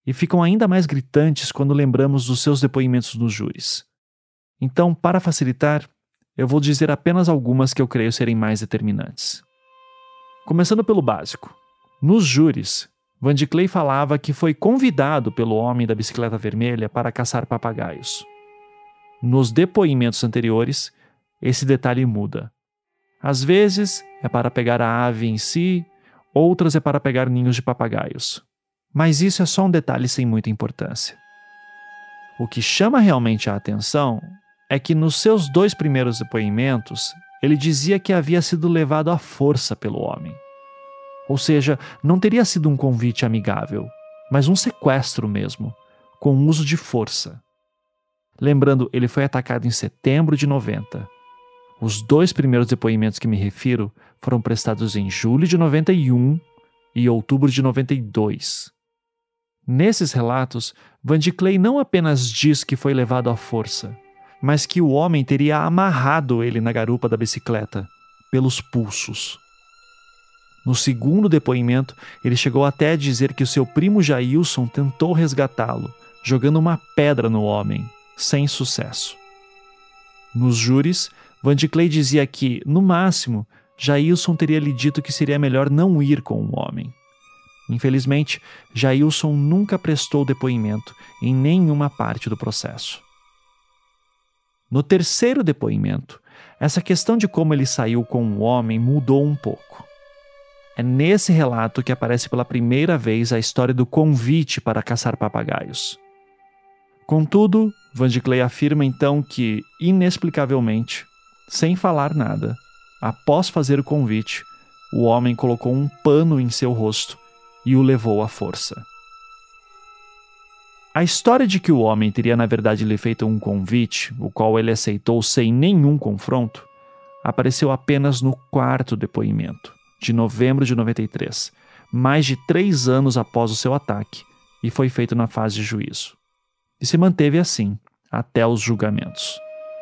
e ficam ainda mais gritantes quando lembramos dos seus depoimentos nos júris. Então, para facilitar, eu vou dizer apenas algumas que eu creio serem mais determinantes. Começando pelo básico. Nos júris, Van de Clay falava que foi convidado pelo homem da bicicleta vermelha para caçar papagaios. Nos depoimentos anteriores, esse detalhe muda. Às vezes é para pegar a ave em si, outras é para pegar ninhos de papagaios. Mas isso é só um detalhe sem muita importância. O que chama realmente a atenção é que nos seus dois primeiros depoimentos, ele dizia que havia sido levado à força pelo homem. Ou seja, não teria sido um convite amigável, mas um sequestro mesmo, com uso de força. Lembrando, ele foi atacado em setembro de noventa. Os dois primeiros depoimentos que me refiro foram prestados em julho de noventa e um e outubro de noventa e dois. Nesses relatos, Van de Clay não apenas diz que foi levado à força, mas que o homem teria amarrado ele na garupa da bicicleta, pelos pulsos. No segundo depoimento, ele chegou até a dizer que o seu primo Jailson tentou resgatá-lo, jogando uma pedra no homem, sem sucesso. Nos júris, Van de Clay dizia que, no máximo, Jailson teria lhe dito que seria melhor não ir com o homem. Infelizmente, Jailson nunca prestou depoimento em nenhuma parte do processo. No terceiro depoimento, essa questão de como ele saiu com o homem mudou um pouco. É nesse relato que aparece pela primeira vez a história do convite para caçar papagaios. Contudo, Van de Clay afirma então que, inexplicavelmente, sem falar nada, após fazer o convite, o homem colocou um pano em seu rosto e o levou à força. A história de que o homem teria na verdade lhe feito um convite, o qual ele aceitou sem nenhum confronto, apareceu apenas no quarto depoimento, de novembro de noventa e três, mais de três anos após o seu ataque, e foi feito na fase de juízo. E se manteve assim, até os julgamentos.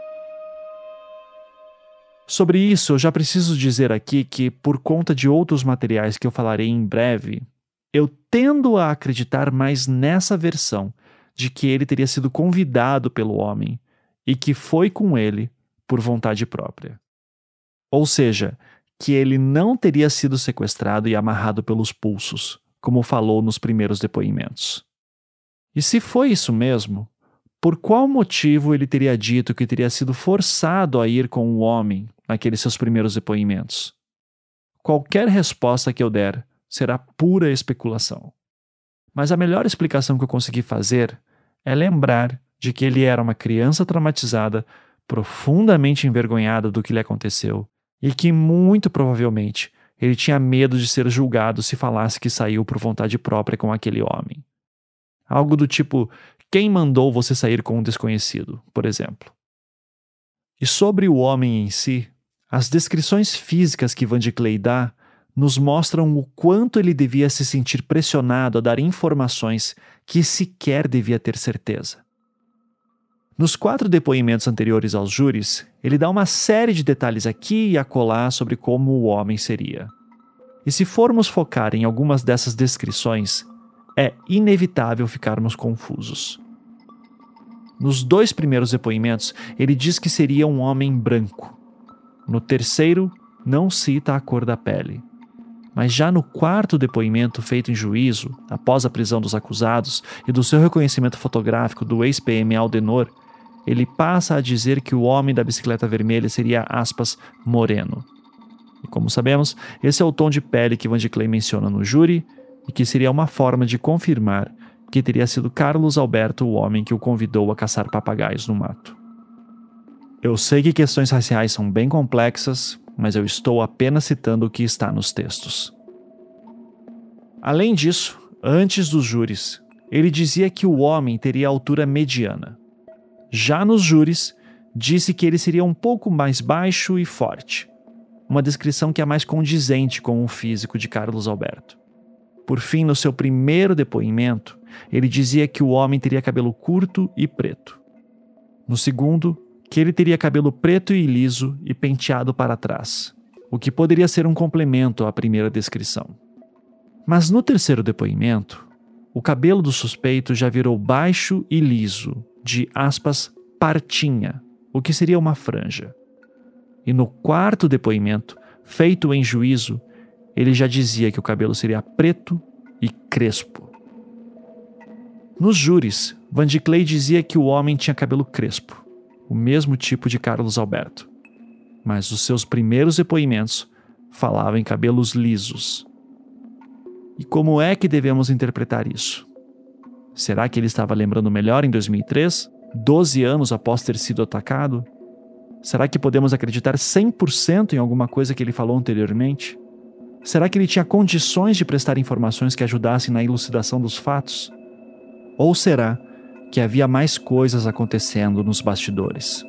Sobre isso, eu já preciso dizer aqui que, por conta de outros materiais que eu falarei em breve, eu tendo a acreditar mais nessa versão de que ele teria sido convidado pelo homem e que foi com ele por vontade própria. Ou seja, que ele não teria sido sequestrado e amarrado pelos pulsos, como falou nos primeiros depoimentos. E se foi isso mesmo, por qual motivo ele teria dito que teria sido forçado a ir com o homem naqueles seus primeiros depoimentos? Qualquer resposta que eu der será pura especulação. Mas a melhor explicação que eu consegui fazer é lembrar de que ele era uma criança traumatizada, profundamente envergonhada do que lhe aconteceu, e que muito provavelmente ele tinha medo de ser julgado se falasse que saiu por vontade própria com aquele homem. Algo do tipo, quem mandou você sair com um desconhecido, por exemplo. E sobre o homem em si, as descrições físicas que Van de Clay dá nos mostram o quanto ele devia se sentir pressionado a dar informações que sequer devia ter certeza. Nos quatro depoimentos anteriores aos júris, ele dá uma série de detalhes aqui e acolá sobre como o homem seria. E se formos focar em algumas dessas descrições, é inevitável ficarmos confusos. Nos dois primeiros depoimentos, ele diz que seria um homem branco. No terceiro, não cita a cor da pele. Mas já no quarto depoimento feito em juízo, após a prisão dos acusados e do seu reconhecimento fotográfico do ex-P M Aldenor, ele passa a dizer que o homem da bicicleta vermelha seria, aspas, moreno. E como sabemos, esse é o tom de pele que Van de Clay menciona no júri e que seria uma forma de confirmar que teria sido Carlos Alberto o homem que o convidou a caçar papagaios no mato. Eu sei que questões raciais são bem complexas, mas eu estou apenas citando o que está nos textos. Além disso, antes dos júris, ele dizia que o homem teria altura mediana. Já nos júris, disse que ele seria um pouco mais baixo e forte, uma descrição que é mais condizente com o físico de Carlos Alberto. Por fim, no seu primeiro depoimento, ele dizia que o homem teria cabelo curto e preto. No segundo, que ele teria cabelo preto e liso e penteado para trás, o que poderia ser um complemento à primeira descrição. Mas no terceiro depoimento, o cabelo do suspeito já virou baixo e liso, de aspas, partinha, o que seria uma franja. E no quarto depoimento, feito em juízo, ele já dizia que o cabelo seria preto e crespo. Nos júris, Van de Clay dizia que o homem tinha cabelo crespo, o mesmo tipo de Carlos Alberto. Mas os seus primeiros depoimentos falavam em cabelos lisos. E como é que devemos interpretar isso? Será que ele estava lembrando melhor em dois mil e três, doze anos após ter sido atacado? Será que podemos acreditar cem por cento em alguma coisa que ele falou anteriormente? Será que ele tinha condições de prestar informações que ajudassem na elucidação dos fatos? Ou será que havia mais coisas acontecendo nos bastidores?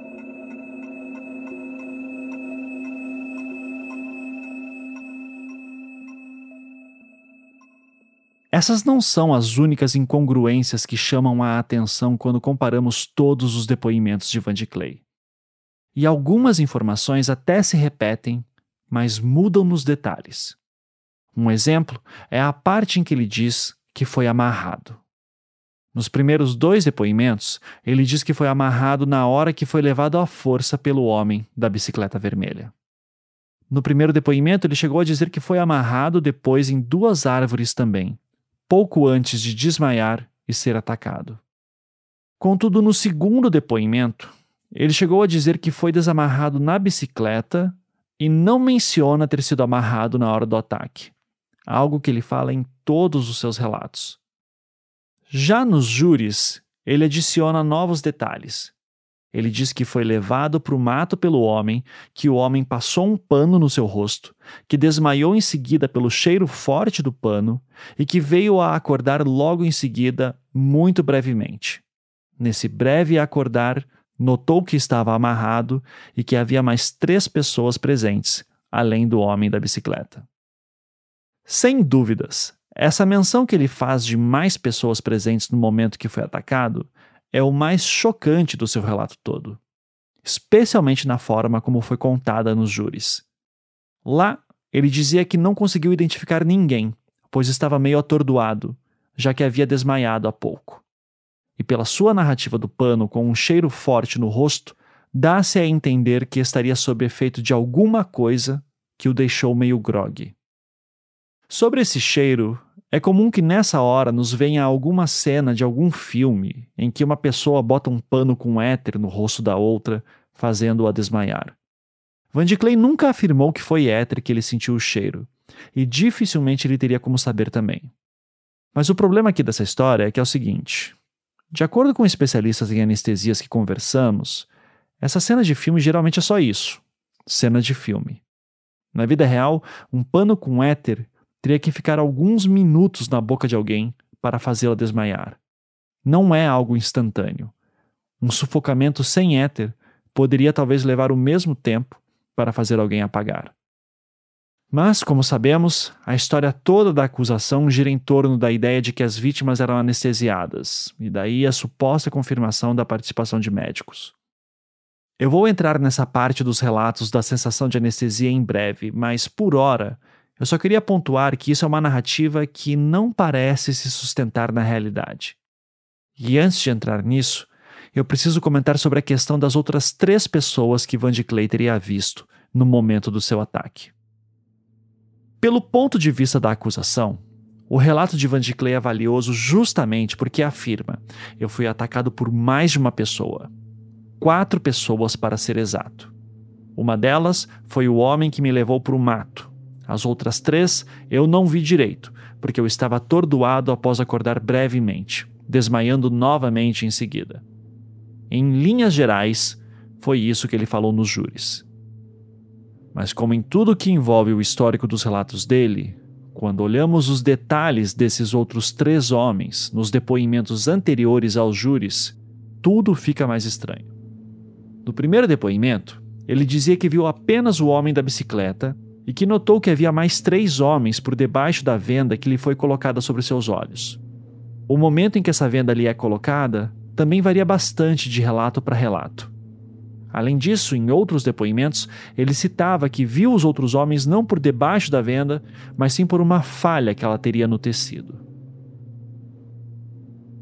Essas não são as únicas incongruências que chamam a atenção quando comparamos todos os depoimentos de Van de Clay. E algumas informações até se repetem, mas mudam nos detalhes. Um exemplo é a parte em que ele diz que foi amarrado. Nos primeiros dois depoimentos, ele diz que foi amarrado na hora que foi levado à força pelo homem da bicicleta vermelha. No primeiro depoimento, ele chegou a dizer que foi amarrado depois em duas árvores também, pouco antes de desmaiar e ser atacado. Contudo, no segundo depoimento, ele chegou a dizer que foi desamarrado na bicicleta e não menciona ter sido amarrado na hora do ataque, algo que ele fala em todos os seus relatos. Já nos júris, ele adiciona novos detalhes. Ele diz que foi levado para o mato pelo homem, que o homem passou um pano no seu rosto, que desmaiou em seguida pelo cheiro forte do pano e que veio a acordar logo em seguida, muito brevemente. Nesse breve acordar, notou que estava amarrado e que havia mais três pessoas presentes, além do homem da bicicleta. Sem dúvidas, essa menção que ele faz de mais pessoas presentes no momento que foi atacado é o mais chocante do seu relato todo, especialmente na forma como foi contada nos júris. Lá, ele dizia que não conseguiu identificar ninguém, pois estava meio atordoado, já que havia desmaiado há pouco. E pela sua narrativa do pano com um cheiro forte no rosto, dá-se a entender que estaria sob efeito de alguma coisa que o deixou meio grogue. Sobre esse cheiro, é comum que nessa hora nos venha alguma cena de algum filme em que uma pessoa bota um pano com éter no rosto da outra, fazendo-a desmaiar. Van de Clay nunca afirmou que foi éter que ele sentiu o cheiro, e dificilmente ele teria como saber também. Mas o problema aqui dessa história é que é o seguinte: de acordo com especialistas em anestesias que conversamos, essa cena de filme geralmente é só isso, cena de filme. Na vida real, um pano com éter teria que ficar alguns minutos na boca de alguém para fazê-la desmaiar. Não é algo instantâneo. Um sufocamento sem éter poderia talvez levar o mesmo tempo para fazer alguém apagar. Mas, como sabemos, a história toda da acusação gira em torno da ideia de que as vítimas eram anestesiadas, e daí a suposta confirmação da participação de médicos. Eu vou entrar nessa parte dos relatos da sensação de anestesia em breve, mas, por hora, eu só queria pontuar que isso é uma narrativa que não parece se sustentar na realidade. E antes de entrar nisso, eu preciso comentar sobre a questão das outras três pessoas que Van de Clay teria visto no momento do seu ataque. Pelo ponto de vista da acusação, o relato de Van de Clay é valioso justamente porque afirma: eu fui atacado por mais de uma pessoa. Quatro pessoas para ser exato. Uma delas foi o homem que me levou para o mato. As outras três eu não vi direito, porque eu estava atordoado após acordar brevemente, desmaiando novamente em seguida. Em linhas gerais, foi isso que ele falou nos júris. Mas como em tudo que envolve o histórico dos relatos dele, quando olhamos os detalhes desses outros três homens nos depoimentos anteriores aos júris, tudo fica mais estranho. No primeiro depoimento, ele dizia que viu apenas o homem da bicicleta e que notou que havia mais três homens por debaixo da venda que lhe foi colocada sobre seus olhos. O momento em que essa venda lhe é colocada também varia bastante de relato para relato. Além disso, em outros depoimentos, ele citava que viu os outros homens não por debaixo da venda, mas sim por uma falha que ela teria no tecido.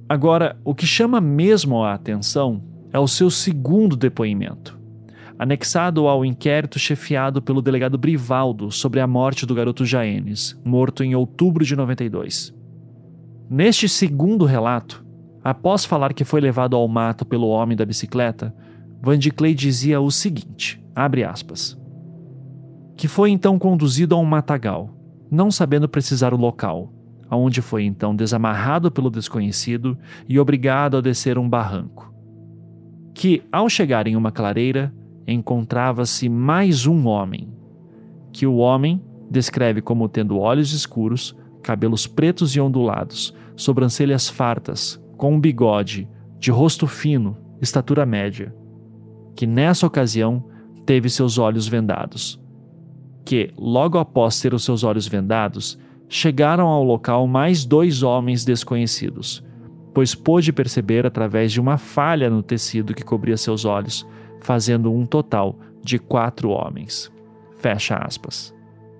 Agora, o que chama mesmo a atenção é o seu segundo depoimento, anexado ao inquérito chefiado pelo delegado Brivaldo sobre a morte do garoto Jaenes, morto em outubro de noventa e dois. Neste segundo relato, após falar que foi levado ao mato pelo homem da bicicleta, Vanderlei dizia o seguinte, abre aspas, que foi então conduzido a um matagal, não sabendo precisar o local, aonde foi então desamarrado pelo desconhecido e obrigado a descer um barranco. Que, ao chegar em uma clareira, encontrava-se mais um homem, que o homem descreve como tendo olhos escuros, cabelos pretos e ondulados, sobrancelhas fartas, com um bigode, de rosto fino, estatura média, que nessa ocasião teve seus olhos vendados, que, logo após ter os seus olhos vendados, chegaram ao local mais dois homens desconhecidos, pois pôde perceber através de uma falha no tecido que cobria seus olhos, fazendo um total de quatro homens. Fecha aspas.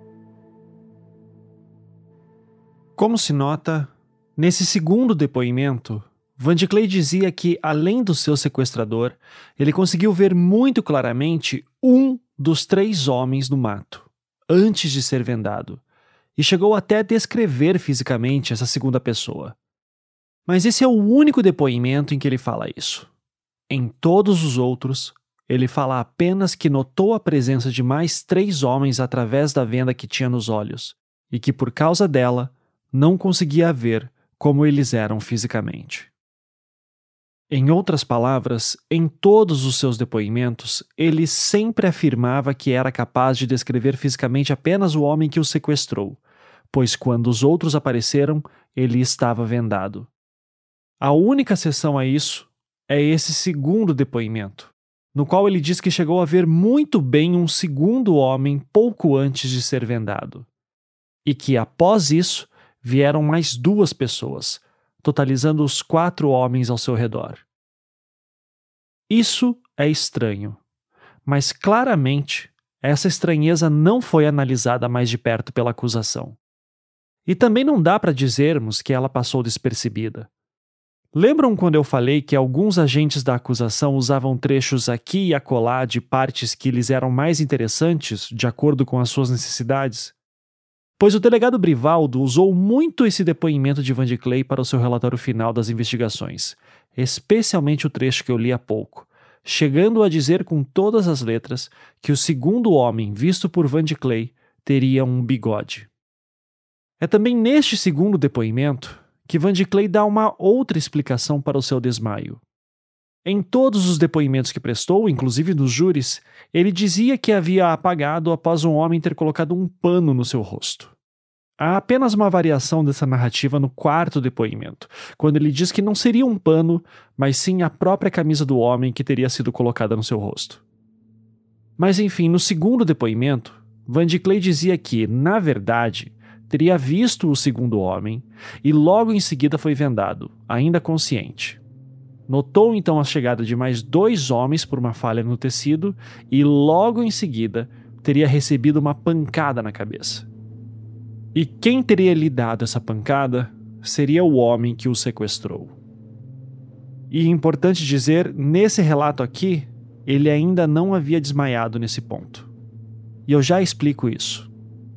Como se nota, nesse segundo depoimento, Vanderlei dizia que, além do seu sequestrador, ele conseguiu ver muito claramente um dos três homens no mato, antes de ser vendado, e chegou até a descrever fisicamente essa segunda pessoa. Mas esse é o único depoimento em que ele fala isso. Em todos os outros, ele fala apenas que notou a presença de mais três homens através da venda que tinha nos olhos, e que por causa dela, não conseguia ver como eles eram fisicamente. Em outras palavras, em todos os seus depoimentos, ele sempre afirmava que era capaz de descrever fisicamente apenas o homem que o sequestrou, pois quando os outros apareceram, ele estava vendado. A única exceção a isso é esse segundo depoimento, no qual ele diz que chegou a ver muito bem um segundo homem pouco antes de ser vendado, e que após isso vieram mais duas pessoas, totalizando os quatro homens ao seu redor. Isso é estranho, mas claramente essa estranheza não foi analisada mais de perto pela acusação. E também não dá para dizermos que ela passou despercebida. Lembram quando eu falei que alguns agentes da acusação usavam trechos aqui e acolá de partes que lhes eram mais interessantes, de acordo com as suas necessidades? Pois o delegado Brivaldo usou muito esse depoimento de Vanderlei para o seu relatório final das investigações, especialmente o trecho que eu li há pouco, chegando a dizer com todas as letras que o segundo homem visto por Vanderlei teria um bigode. É também neste segundo depoimento que Vanderlei dá uma outra explicação para o seu desmaio. Em todos os depoimentos que prestou, inclusive nos júris, ele dizia que havia apagado após um homem ter colocado um pano no seu rosto. Há apenas uma variação dessa narrativa no quarto depoimento, quando ele diz que não seria um pano, mas sim a própria camisa do homem que teria sido colocada no seu rosto. Mas enfim, no segundo depoimento, Vanderlei dizia que, na verdade, teria visto o segundo homem e logo em seguida foi vendado, ainda consciente. Notou então a chegada de mais dois homens por uma falha no tecido e logo em seguida teria recebido uma pancada na cabeça. E quem teria lhe dado essa pancada seria o homem que o sequestrou. E é importante dizer, nesse relato aqui, ele ainda não havia desmaiado nesse ponto. E eu já explico isso.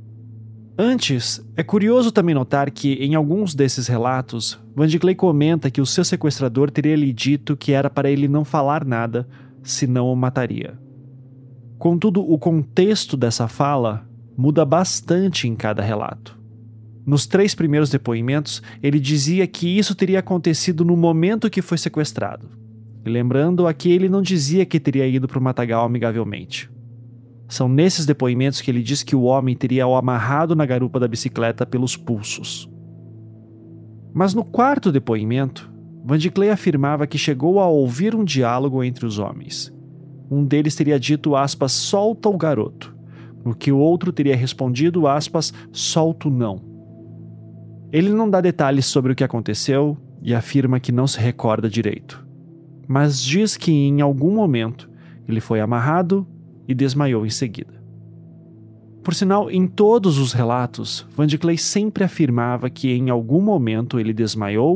Antes, é curioso também notar que, em alguns desses relatos, Vanderlei comenta que o seu sequestrador teria lhe dito que era para ele não falar nada, senão o mataria. Contudo, o contexto dessa fala muda bastante em cada relato. Nos três primeiros depoimentos, ele dizia que isso teria acontecido no momento que foi sequestrado. E lembrando, aqui ele não dizia que teria ido para o matagal amigavelmente. São nesses depoimentos que ele diz que o homem teria o amarrado na garupa da bicicleta pelos pulsos. Mas no quarto depoimento, Vanderlei afirmava que chegou a ouvir um diálogo entre os homens. Um deles teria dito, aspas, solta o garoto, no que o outro teria respondido, aspas, solta o não. Ele não dá detalhes sobre o que aconteceu e afirma que não se recorda direito, mas diz que em algum momento ele foi amarrado e desmaiou em seguida. Por sinal, em todos os relatos, Vanderlei sempre afirmava que em algum momento ele desmaiou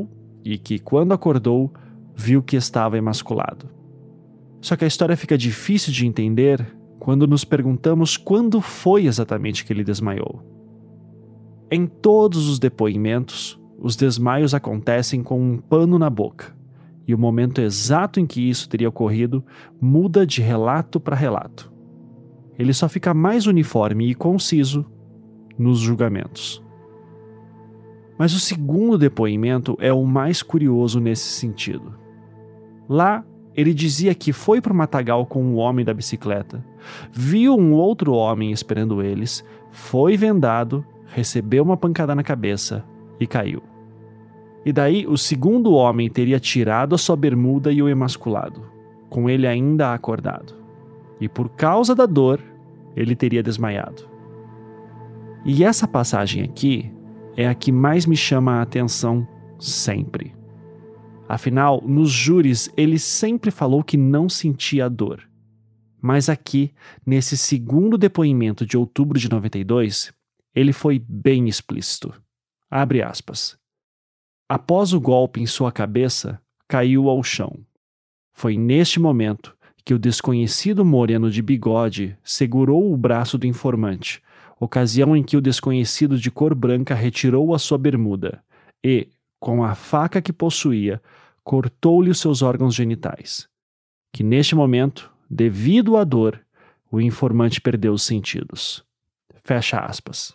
e que, quando acordou, viu que estava emasculado. Só que a história fica difícil de entender quando nos perguntamos quando foi exatamente que ele desmaiou. Em todos os depoimentos, os desmaios acontecem com um pano na boca, e o momento exato em que isso teria ocorrido muda de relato para relato. Ele só fica mais uniforme e conciso nos julgamentos. Mas o segundo depoimento é o mais curioso nesse sentido. Lá, ele dizia que foi para o matagal com um homem da bicicleta, viu um outro homem esperando eles, foi vendado, recebeu uma pancada na cabeça e caiu. E daí o segundo homem teria tirado a sua bermuda e o emasculado, com ele ainda acordado. E por causa da dor, ele teria desmaiado. E essa passagem aqui é a que mais me chama a atenção sempre. Afinal, nos júris, ele sempre falou que não sentia dor. Mas aqui, nesse segundo depoimento de outubro de noventa e dois, ele foi bem explícito. Abre aspas. Após o golpe em sua cabeça, caiu ao chão. Foi neste momento que o desconhecido moreno de bigode segurou o braço do informante, ocasião em que o desconhecido de cor branca retirou a sua bermuda e, com a faca que possuía, cortou-lhe os seus órgãos genitais. Que neste momento, devido à dor, o informante perdeu os sentidos. Fecha aspas.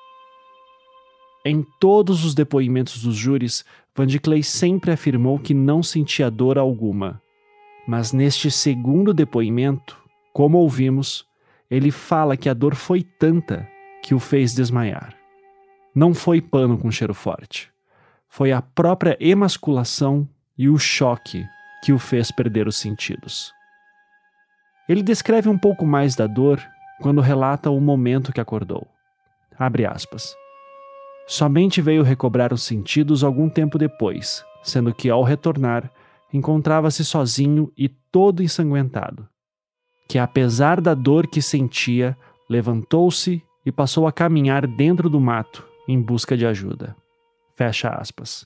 Em todos os depoimentos dos júris, Van de Clay sempre afirmou que não sentia dor alguma. Mas neste segundo depoimento, como ouvimos, ele fala que a dor foi tanta que o fez desmaiar. Não foi pano com cheiro forte. Foi a própria emasculação e o choque que o fez perder os sentidos. Ele descreve um pouco mais da dor quando relata o momento que acordou. Abre aspas. Somente veio recobrar os sentidos algum tempo depois, sendo que, ao retornar, encontrava-se sozinho e todo ensanguentado. Que, apesar da dor que sentia, levantou-se e passou a caminhar dentro do mato em busca de ajuda. Fecha aspas.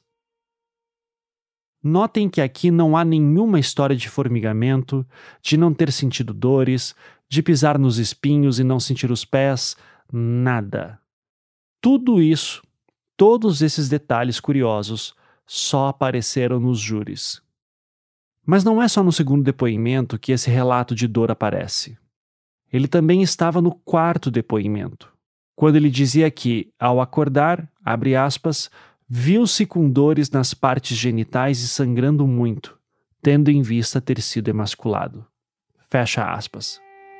Notem que aqui não há nenhuma história de formigamento, de não ter sentido dores, de pisar nos espinhos e não sentir os pés, nada. Tudo isso, todos esses detalhes curiosos, só apareceram nos júris. Mas não é só no segundo depoimento que esse relato de dor aparece. Ele também estava no quarto depoimento, quando ele dizia que, ao acordar, abre aspas, viu-se com dores nas partes genitais e sangrando muito, tendo em vista ter sido emasculado. Fecha aspas.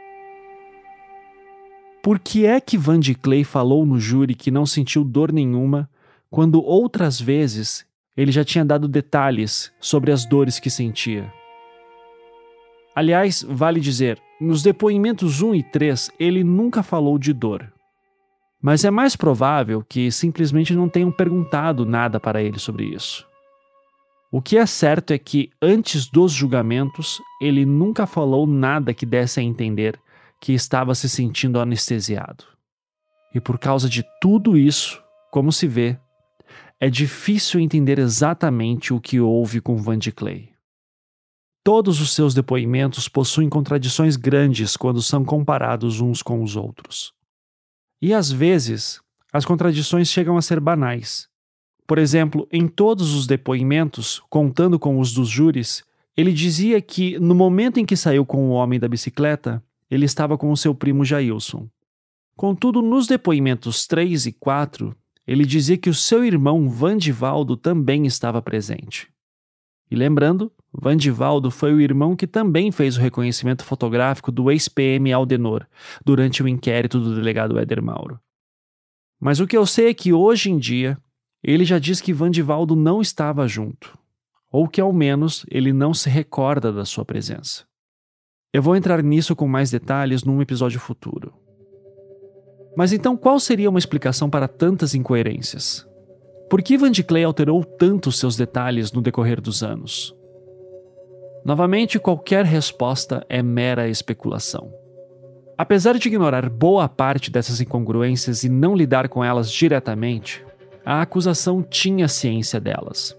Por que é que Van de Clay falou no júri que não sentiu dor nenhuma, quando outras vezes ele já tinha dado detalhes sobre as dores que sentia? Aliás, vale dizer, nos depoimentos um e três ele nunca falou de dor. Mas é mais provável que simplesmente não tenham perguntado nada para ele sobre isso. O que é certo é que, antes dos julgamentos, ele nunca falou nada que desse a entender que estava se sentindo anestesiado. E por causa de tudo isso, como se vê, é difícil entender exatamente o que houve com Van de Clay. Todos os seus depoimentos possuem contradições grandes quando são comparados uns com os outros. E às vezes, as contradições chegam a ser banais. Por exemplo, em todos os depoimentos, contando com os dos júris, ele dizia que, no momento em que saiu com o homem da bicicleta, ele estava com o seu primo Jailson. Contudo, nos depoimentos três e quatro, ele dizia que o seu irmão Vandivaldo também estava presente. E lembrando, Vandivaldo foi o irmão que também fez o reconhecimento fotográfico do ex-P M Aldenor durante o inquérito do delegado Éder Mauro. Mas o que eu sei é que hoje em dia ele já diz que Vandivaldo não estava junto, ou que ao menos ele não se recorda da sua presença. Eu vou entrar nisso com mais detalhes num episódio futuro. Mas então qual seria uma explicação para tantas incoerências? Por que Van de Clay alterou tanto seus detalhes no decorrer dos anos? Novamente, qualquer resposta é mera especulação. Apesar de ignorar boa parte dessas incongruências e não lidar com elas diretamente, a acusação tinha ciência delas.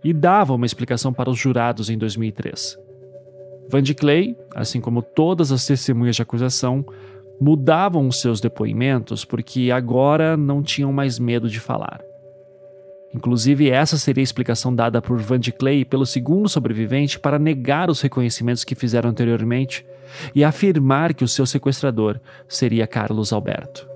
e dava uma explicação para os jurados em dois mil e três. Van de Clay, assim como todas as testemunhas de acusação, mudavam os seus depoimentos porque agora não tinham mais medo de falar. Inclusive, essa seria a explicação dada por Van de Clay pelo segundo sobrevivente para negar os reconhecimentos que fizeram anteriormente e afirmar que o seu sequestrador seria Carlos Alberto.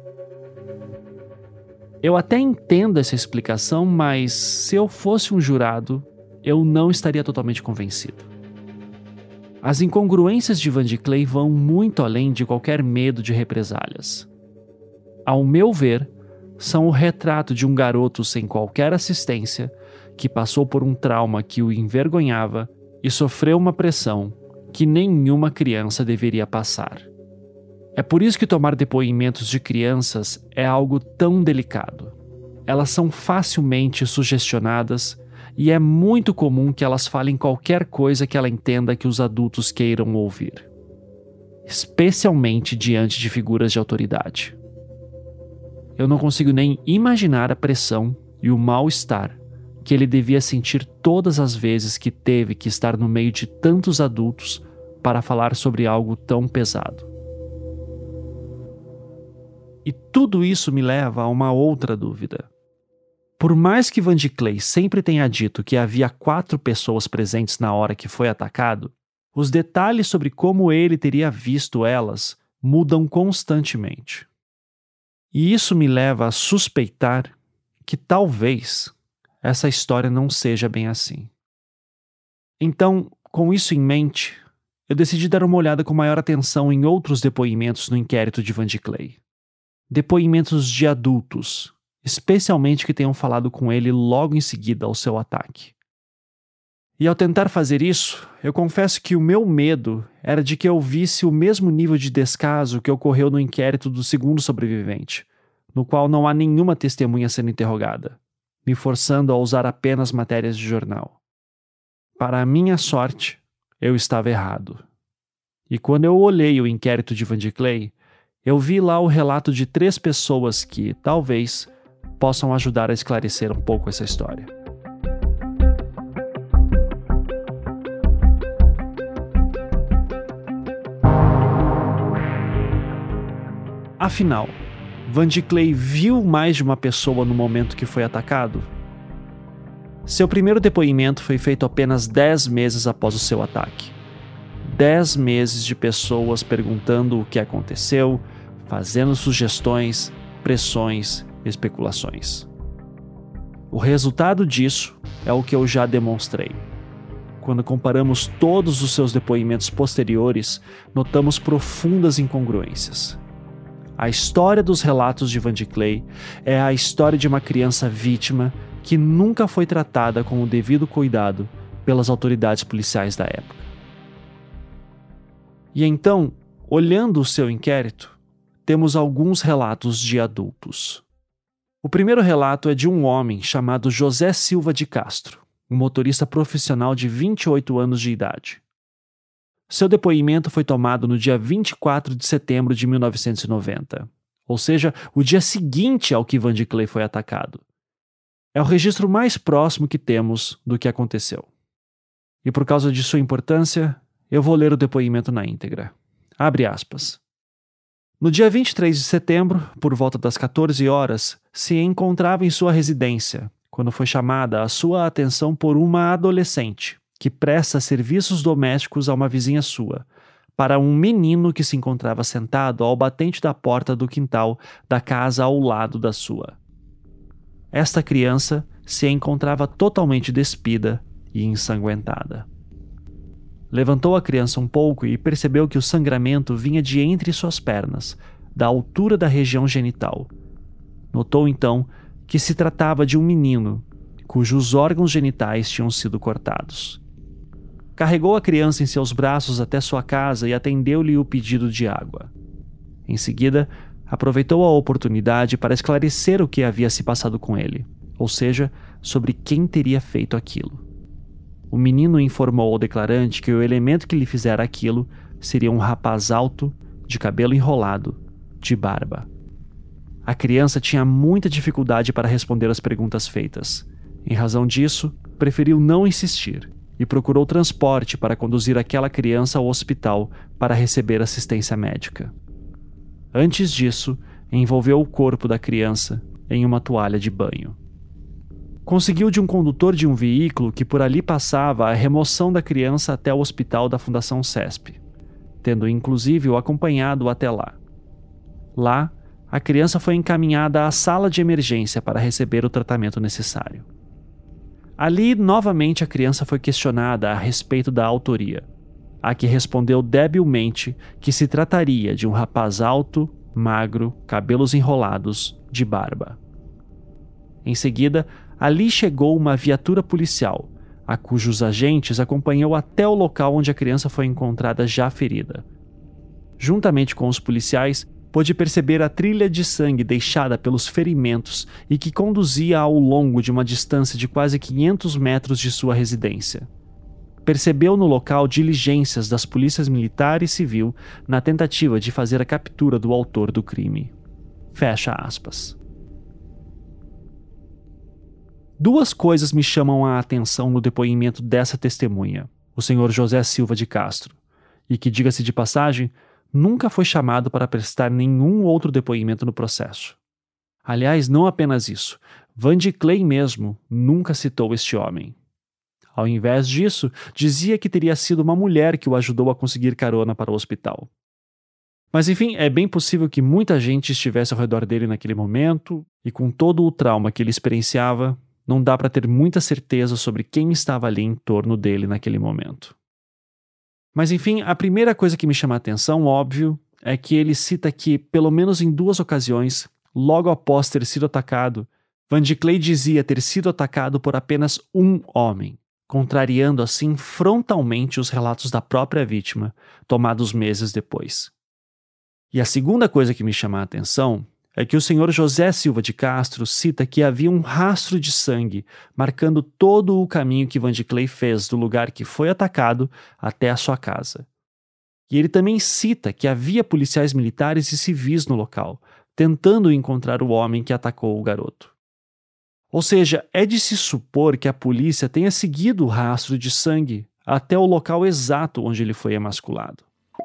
Eu até entendo essa explicação, mas se eu fosse um jurado, eu não estaria totalmente convencido. As incongruências de Van de Clay vão muito além de qualquer medo de represálias. Ao meu ver, são o retrato de um garoto sem qualquer assistência que passou por um trauma que o envergonhava e sofreu uma pressão que nenhuma criança deveria passar. É por isso que tomar depoimentos de crianças é algo tão delicado. Elas são facilmente sugestionadas e é muito comum que elas falem qualquer coisa que ela entenda que os adultos queiram ouvir, especialmente diante de figuras de autoridade. Eu não consigo nem imaginar a pressão e o mal-estar que ele devia sentir todas as vezes que teve que estar no meio de tantos adultos para falar sobre algo tão pesado. E tudo isso me leva a uma outra dúvida. Por mais que Van de Clay sempre tenha dito que havia quatro pessoas presentes na hora que foi atacado, os detalhes sobre como ele teria visto elas mudam constantemente. E isso me leva a suspeitar que talvez essa história não seja bem assim. Então, com isso em mente, eu decidi dar uma olhada com maior atenção em outros depoimentos no inquérito de Van de Clay. Depoimentos de adultos, especialmente que tenham falado com ele logo em seguida ao seu ataque. E ao tentar fazer isso, eu confesso que o meu medo era de que eu visse o mesmo nível de descaso que ocorreu no inquérito do segundo sobrevivente, no qual não há nenhuma testemunha sendo interrogada, me forçando a usar apenas matérias de jornal. Para a minha sorte, eu estava errado. E quando eu olhei o inquérito de Van de Clay, eu vi lá o relato de três pessoas que, talvez, possam ajudar a esclarecer um pouco essa história. Afinal, Van de Clay viu mais de uma pessoa no momento que foi atacado? Seu primeiro depoimento foi feito apenas dez meses após o seu ataque. Dez meses de pessoas perguntando o que aconteceu, fazendo sugestões, pressões, especulações. O resultado disso é o que eu já demonstrei. Quando comparamos todos os seus depoimentos posteriores, notamos profundas incongruências. A história dos relatos de Van de Clay é a história de uma criança vítima que nunca foi tratada com o devido cuidado pelas autoridades policiais da época. E então, olhando o seu inquérito, temos alguns relatos de adultos. O primeiro relato é de um homem chamado José Silva de Castro, um motorista profissional de vinte e oito anos de idade. Seu depoimento foi tomado no dia vinte e quatro de setembro de mil novecentos e noventa, ou seja, o dia seguinte ao que Van de Clay foi atacado. É o registro mais próximo que temos do que aconteceu. E por causa de sua importância, eu vou ler o depoimento na íntegra. Abre aspas. No dia vinte e três de setembro, por volta das quatorze horas, se encontrava em sua residência, quando foi chamada a sua atenção por uma adolescente que presta serviços domésticos a uma vizinha sua, para um menino que se encontrava sentado ao batente da porta do quintal da casa ao lado da sua. Esta criança se encontrava totalmente despida e ensanguentada. Levantou a criança um pouco e percebeu que o sangramento vinha de entre suas pernas, da altura da região genital. Notou então que se tratava de um menino, cujos órgãos genitais tinham sido cortados. Carregou a criança em seus braços até sua casa e atendeu-lhe o pedido de água. Em seguida, aproveitou a oportunidade para esclarecer o que havia se passado com ele, ou seja, sobre quem teria feito aquilo. O menino informou ao declarante que o elemento que lhe fizera aquilo seria um rapaz alto, de cabelo enrolado, de barba. A criança tinha muita dificuldade para responder às perguntas feitas. Em razão disso, preferiu não insistir e procurou transporte para conduzir aquela criança ao hospital para receber assistência médica. Antes disso, envolveu o corpo da criança em uma toalha de banho. Conseguiu de um condutor de um veículo que por ali passava a remoção da criança até o hospital da Fundação CESP, tendo inclusive o acompanhado até lá. Lá, a criança foi encaminhada à sala de emergência para receber o tratamento necessário. Ali, novamente, a criança foi questionada a respeito da autoria, a que respondeu debilmente que se trataria de um rapaz alto, magro, cabelos enrolados, de barba. Em seguida, ali chegou uma viatura policial, a cujos agentes acompanhou até o local onde a criança foi encontrada já ferida. Juntamente com os policiais, pôde perceber a trilha de sangue deixada pelos ferimentos e que conduzia ao longo de uma distância de quase quinhentos metros de sua residência. Percebeu no local diligências das polícias militar e civil na tentativa de fazer a captura do autor do crime. Fecha aspas. Duas coisas me chamam a atenção no depoimento dessa testemunha, o senhor José Silva de Castro, e que, diga-se de passagem, nunca foi chamado para prestar nenhum outro depoimento no processo. Aliás, não apenas isso, Vandy Clay mesmo nunca citou este homem. Ao invés disso, dizia que teria sido uma mulher que o ajudou a conseguir carona para o hospital. Mas enfim, é bem possível que muita gente estivesse ao redor dele naquele momento, e com todo o trauma que ele experienciava, não dá para ter muita certeza sobre quem estava ali em torno dele naquele momento. Mas enfim, a primeira coisa que me chama a atenção, óbvio, é que ele cita que, pelo menos em duas ocasiões, logo após ter sido atacado, Vandy Clay dizia ter sido atacado por apenas um homem, contrariando assim frontalmente os relatos da própria vítima, tomados meses depois. E a segunda coisa que me chama a atenção é que o senhor José Silva de Castro cita que havia um rastro de sangue marcando todo o caminho que Vandy Clay fez do lugar que foi atacado até a sua casa. E ele também cita que havia policiais militares e civis no local, tentando encontrar o homem que atacou o garoto. Ou seja, é de se supor que a polícia tenha seguido o rastro de sangue até o local exato onde ele foi emasculado.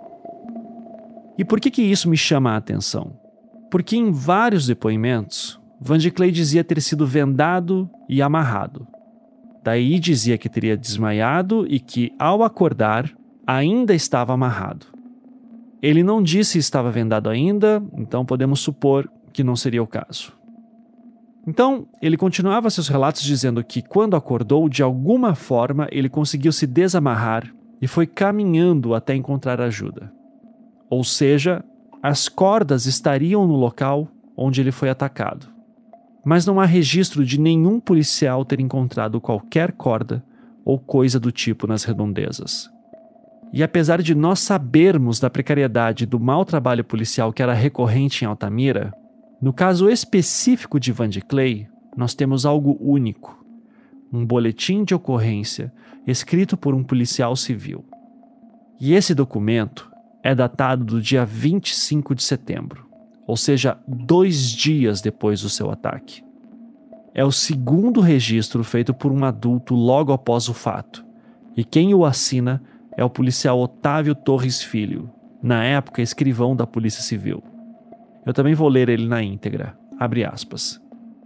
E por que que isso me chama a atenção? Porque em vários depoimentos, Vandy Clay dizia ter sido vendado e amarrado. Daí dizia que teria desmaiado e que, ao acordar, ainda estava amarrado. Ele não disse se estava vendado ainda, então podemos supor que não seria o caso. Então, ele continuava seus relatos dizendo que, quando acordou, de alguma forma ele conseguiu se desamarrar e foi caminhando até encontrar ajuda. Ou seja, as cordas estariam no local onde ele foi atacado. Mas não há registro de nenhum policial ter encontrado qualquer corda ou coisa do tipo nas redondezas. E apesar de nós sabermos da precariedade do mau trabalho policial que era recorrente em Altamira, no caso específico de Vandy Clay, nós temos algo único: um boletim de ocorrência escrito por um policial civil. E esse documento é datado do dia vinte e cinco de setembro, ou seja, dois dias depois do seu ataque. É o segundo registro feito por um adulto logo após o fato, e quem o assina é o policial Otávio Torres Filho, na época escrivão da Polícia Civil. Eu também vou ler ele na íntegra, abre aspas.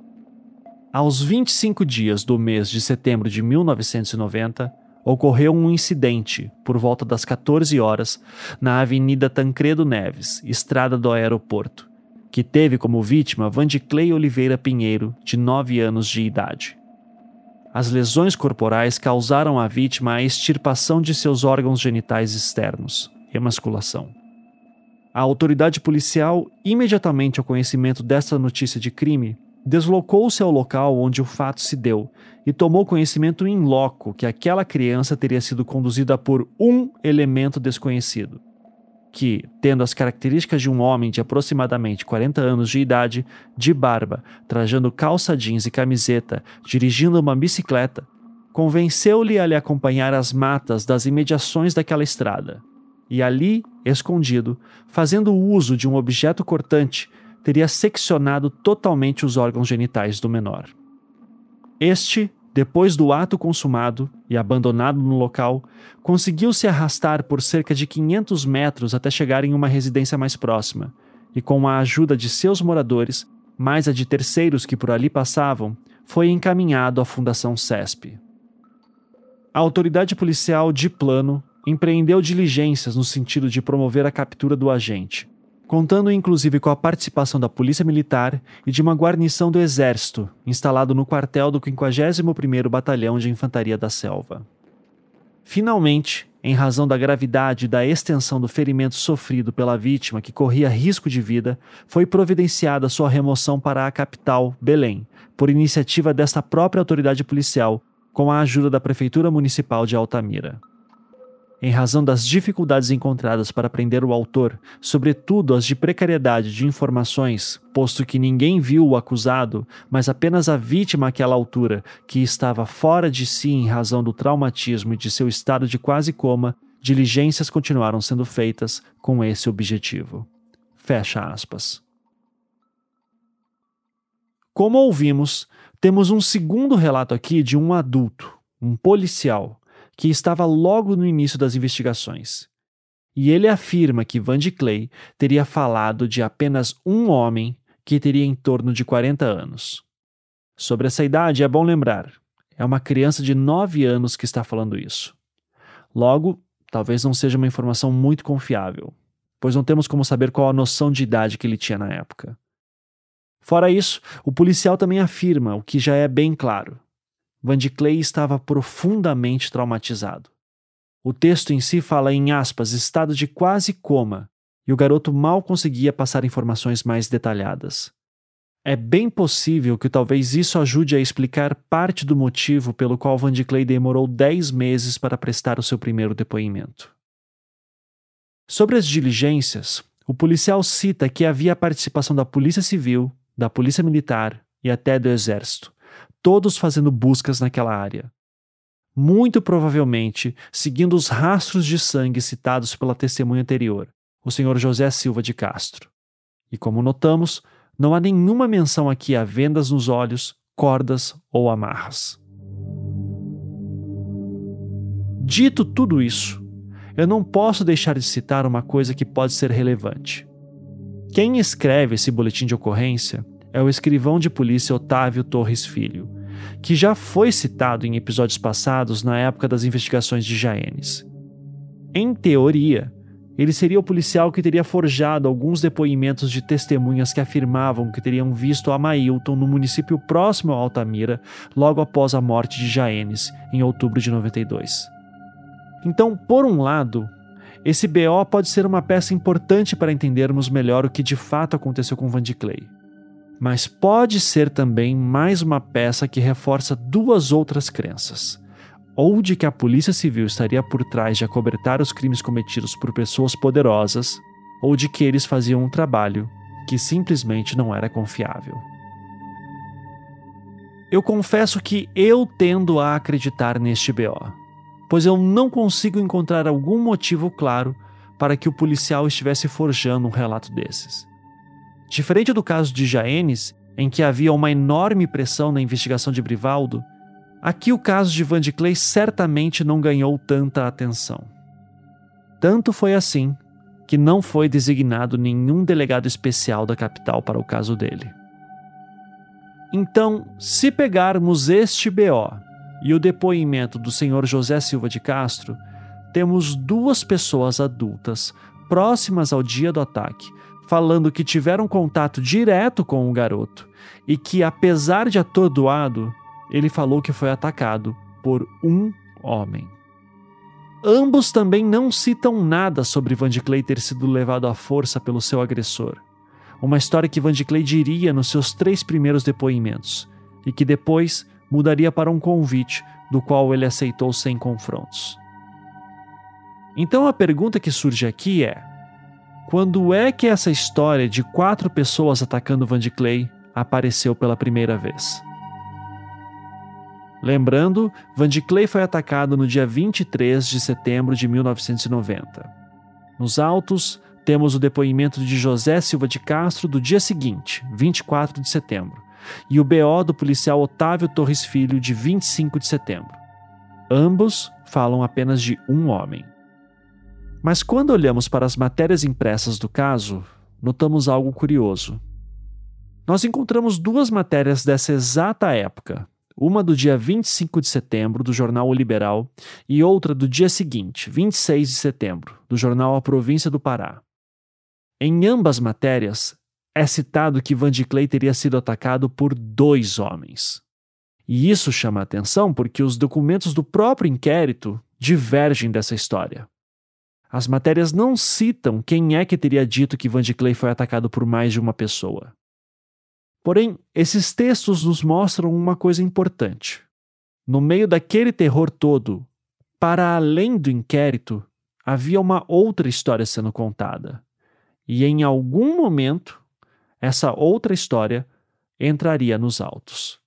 Aos vinte e cinco dias do mês de setembro de mil novecentos e noventa, ocorreu um incidente, por volta das quatorze horas, na Avenida Tancredo Neves, estrada do aeroporto, que teve como vítima Vandy Clay Oliveira Pinheiro, de nove anos de idade. As lesões corporais causaram à vítima a extirpação de seus órgãos genitais externos, emasculação. A autoridade policial, imediatamente ao conhecimento desta notícia de crime, deslocou-se ao local onde o fato se deu e tomou conhecimento in loco que aquela criança teria sido conduzida por um elemento desconhecido, que, tendo as características de um homem de aproximadamente quarenta anos de idade, de barba, trajando calça jeans e camiseta, dirigindo uma bicicleta, convenceu-lhe a lhe acompanhar às matas das imediações daquela estrada, e ali, escondido, fazendo uso de um objeto cortante, teria seccionado totalmente os órgãos genitais do menor. Este, depois do ato consumado e abandonado no local, conseguiu se arrastar por cerca de quinhentos metros até chegar em uma residência mais próxima, e com a ajuda de seus moradores, mais a de terceiros que por ali passavam, foi encaminhado à Fundação CESP. A autoridade policial de plano empreendeu diligências no sentido de promover a captura do agente, contando inclusive com a participação da Polícia Militar e de uma guarnição do Exército, instalado no quartel do quinquagésimo primeiro Batalhão de Infantaria da Selva. Finalmente, em razão da gravidade e da extensão do ferimento sofrido pela vítima que corria risco de vida, foi providenciada sua remoção para a capital, Belém, por iniciativa desta própria autoridade policial, com a ajuda da Prefeitura Municipal de Altamira. Em razão das dificuldades encontradas para prender o autor, sobretudo as de precariedade de informações, posto que ninguém viu o acusado, mas apenas a vítima àquela altura, que estava fora de si em razão do traumatismo e de seu estado de quase coma, diligências continuaram sendo feitas com esse objetivo. Fecha aspas. Como ouvimos, temos um segundo relato aqui de um adulto, um policial, que estava logo no início das investigações. E ele afirma que Vandy Clay teria falado de apenas um homem que teria em torno de quarenta anos. Sobre essa idade, é bom lembrar, é uma criança de nove anos que está falando isso. Logo, talvez não seja uma informação muito confiável, pois não temos como saber qual a noção de idade que ele tinha na época. Fora isso, o policial também afirma, o que já é bem claro, Vandy Clay estava profundamente traumatizado. O texto em si fala em aspas, estado de quase coma, e o garoto mal conseguia passar informações mais detalhadas. É bem possível que talvez isso ajude a explicar parte do motivo pelo qual Vandy Clay demorou dez meses para prestar o seu primeiro depoimento. Sobre as diligências, o policial cita que havia a participação da Polícia Civil, da Polícia Militar e até do Exército, todos fazendo buscas naquela área. Muito provavelmente seguindo os rastros de sangue citados pela testemunha anterior, o senhor José Silva de Castro. E como notamos, não há nenhuma menção aqui a vendas nos olhos, cordas ou amarras. Dito tudo isso, eu não posso deixar de citar uma coisa que pode ser relevante. Quem escreve esse boletim de ocorrência é o escrivão de polícia Otávio Torres Filho, que já foi citado em episódios passados na época das investigações de Jaenes. Em teoria, ele seria o policial que teria forjado alguns depoimentos de testemunhas que afirmavam que teriam visto Amailton no município próximo a Altamira logo após a morte de Jaenes, em outubro de noventa e dois. Então, por um lado, esse B O pode ser uma peça importante para entendermos melhor o que de fato aconteceu com Vandy Clay. Mas pode ser também mais uma peça que reforça duas outras crenças. Ou de que a Polícia Civil estaria por trás de acobertar os crimes cometidos por pessoas poderosas, ou de que eles faziam um trabalho que simplesmente não era confiável. Eu confesso que eu tendo a acreditar neste B O, pois eu não consigo encontrar algum motivo claro para que o policial estivesse forjando um relato desses. Diferente do caso de Jaenes, em que havia uma enorme pressão na investigação de Brivaldo, aqui o caso de Vandy Clay certamente não ganhou tanta atenção. Tanto foi assim que não foi designado nenhum delegado especial da capital para o caso dele. Então, se pegarmos este B O e o depoimento do senhor José Silva de Castro, temos duas pessoas adultas próximas ao dia do ataque, falando que tiveram contato direto com o garoto e que, apesar de atordoado, ele falou que foi atacado por um homem. Ambos também não citam nada sobre Vandy Clay ter sido levado à força pelo seu agressor, uma história que Vandy Clay diria nos seus três primeiros depoimentos e que depois mudaria para um convite do qual ele aceitou sem confrontos. Então a pergunta que surge aqui é: quando é que essa história de quatro pessoas atacando Vandy Clay apareceu pela primeira vez? Lembrando, Vandy Clay foi atacado no dia vinte e três de setembro de mil novecentos e noventa. Nos autos, temos o depoimento de José Silva de Castro do dia seguinte, vinte e quatro de setembro, e o B O do policial Otávio Torres Filho, de vinte e cinco de setembro. Ambos falam apenas de um homem. Mas quando olhamos para as matérias impressas do caso, notamos algo curioso. Nós encontramos duas matérias dessa exata época, uma do dia vinte e cinco de setembro, do jornal O Liberal, e outra do dia seguinte, vinte e seis de setembro, do jornal A Província do Pará. Em ambas matérias, é citado que Vanderlei teria sido atacado por dois homens. E isso chama a atenção porque os documentos do próprio inquérito divergem dessa história. As matérias não citam quem é que teria dito que Vanderlei foi atacado por mais de uma pessoa. Porém, esses textos nos mostram uma coisa importante. No meio daquele terror todo, para além do inquérito, havia uma outra história sendo contada. E em algum momento, essa outra história entraria nos autos.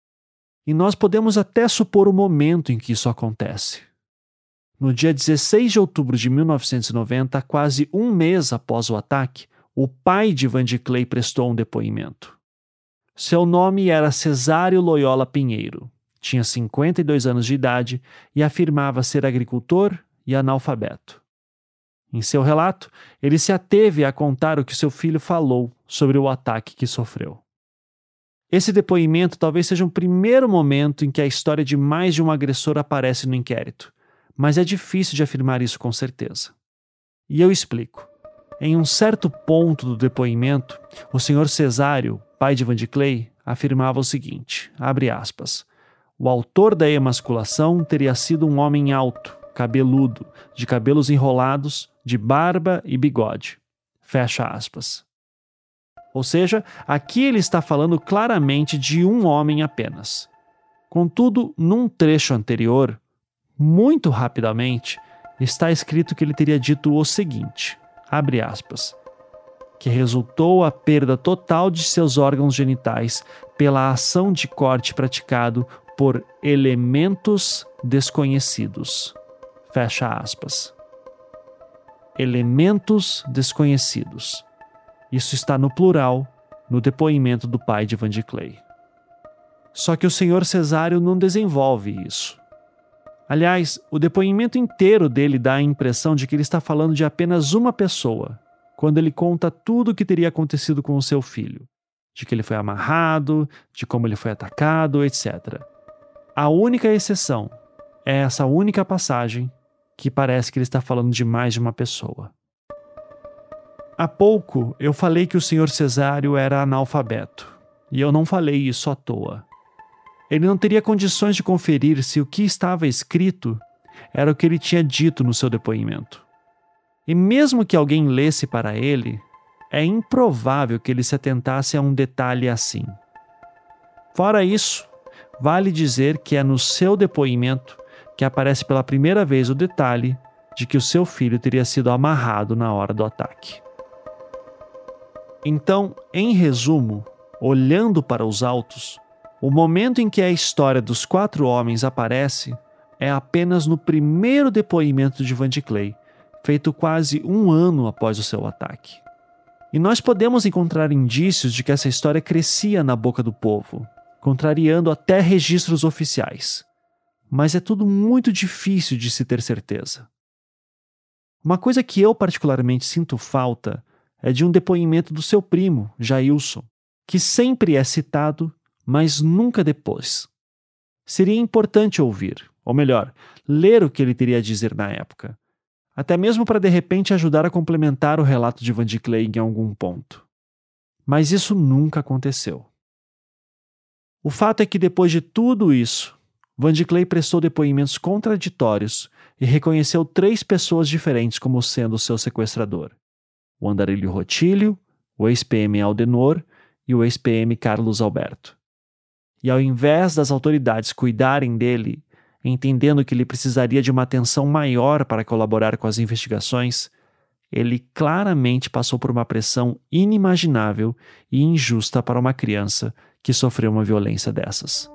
E nós podemos até supor o momento em que isso acontece. No dia dezesseis de outubro de mil novecentos e noventa, quase um mês após o ataque, o pai de Vanderlei prestou um depoimento. Seu nome era Cesário Loyola Pinheiro, tinha cinquenta e dois anos de idade e afirmava ser agricultor e analfabeto. Em seu relato, ele se ateve a contar o que seu filho falou sobre o ataque que sofreu. Esse depoimento talvez seja o primeiro momento em que a história de mais de um agressor aparece no inquérito, mas é difícil de afirmar isso com certeza. E eu explico. Em um certo ponto do depoimento, o senhor Cesário, pai de Vanderlei, afirmava o seguinte, abre aspas, o autor da emasculação teria sido um homem alto, cabeludo, de cabelos enrolados, de barba e bigode. Fecha aspas. Ou seja, aqui ele está falando claramente de um homem apenas. Contudo, num trecho anterior, muito rapidamente, está escrito que ele teria dito o seguinte, abre aspas, que resultou a perda total de seus órgãos genitais pela ação de corte praticado por elementos desconhecidos. Fecha aspas. Elementos desconhecidos. Isso está no plural, no depoimento do pai de Vanderlei. Só que o senhor Cesário não desenvolve isso. Aliás, o depoimento inteiro dele dá a impressão de que ele está falando de apenas uma pessoa, quando ele conta tudo o que teria acontecido com o seu filho, de que ele foi amarrado, de como ele foi atacado, etcétera. A única exceção é essa única passagem que parece que ele está falando de mais de uma pessoa. Há pouco eu falei que o senhor Cesário era analfabeto, e eu não falei isso à toa. Ele não teria condições de conferir se o que estava escrito era o que ele tinha dito no seu depoimento. E mesmo que alguém lesse para ele, é improvável que ele se atentasse a um detalhe assim. Fora isso, vale dizer que é no seu depoimento que aparece pela primeira vez o detalhe de que o seu filho teria sido amarrado na hora do ataque. Então, em resumo, olhando para os autos, o momento em que a história dos quatro homens aparece é apenas no primeiro depoimento de Vanderlei, feito quase um ano após o seu ataque. E nós podemos encontrar indícios de que essa história crescia na boca do povo, contrariando até registros oficiais. Mas é tudo muito difícil de se ter certeza. Uma coisa que eu particularmente sinto falta é de um depoimento do seu primo, Jailson, que sempre é citado, mas nunca depois. Seria importante ouvir, ou melhor, ler o que ele teria a dizer na época, até mesmo para de repente ajudar a complementar o relato de Vanderlei em algum ponto. Mas isso nunca aconteceu. O fato é que depois de tudo isso, Vanderlei prestou depoimentos contraditórios e reconheceu três pessoas diferentes como sendo seu sequestrador. O Andarilho Rotílio, o ex-P M Aldenor e o ex-P M Carlos Alberto. E ao invés das autoridades cuidarem dele, entendendo que ele precisaria de uma atenção maior para colaborar com as investigações, ele claramente passou por uma pressão inimaginável e injusta para uma criança que sofreu uma violência dessas.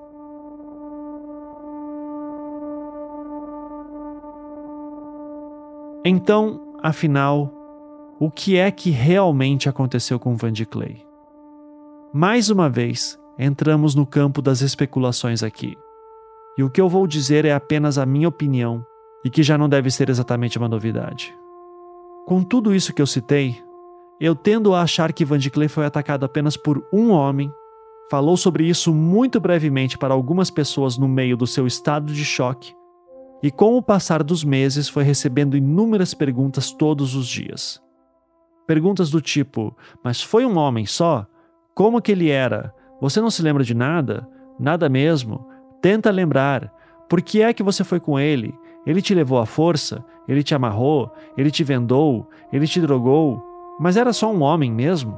Então, afinal, o que é que realmente aconteceu com Vanderlei? Mais uma vez, entramos no campo das especulações aqui. E o que eu vou dizer é apenas a minha opinião e que já não deve ser exatamente uma novidade. Com tudo isso que eu citei, eu tendo a achar que Van de Clay foi atacado apenas por um homem, falou sobre isso muito brevemente para algumas pessoas no meio do seu estado de choque, e com o passar dos meses foi recebendo inúmeras perguntas todos os dias. Perguntas do tipo, mas foi um homem só? Como que ele era? Você não se lembra de nada? Nada mesmo? Tenta lembrar. Por que é que você foi com ele? Ele te levou à força? Ele te amarrou? Ele te vendou? Ele te drogou? Mas era só um homem mesmo?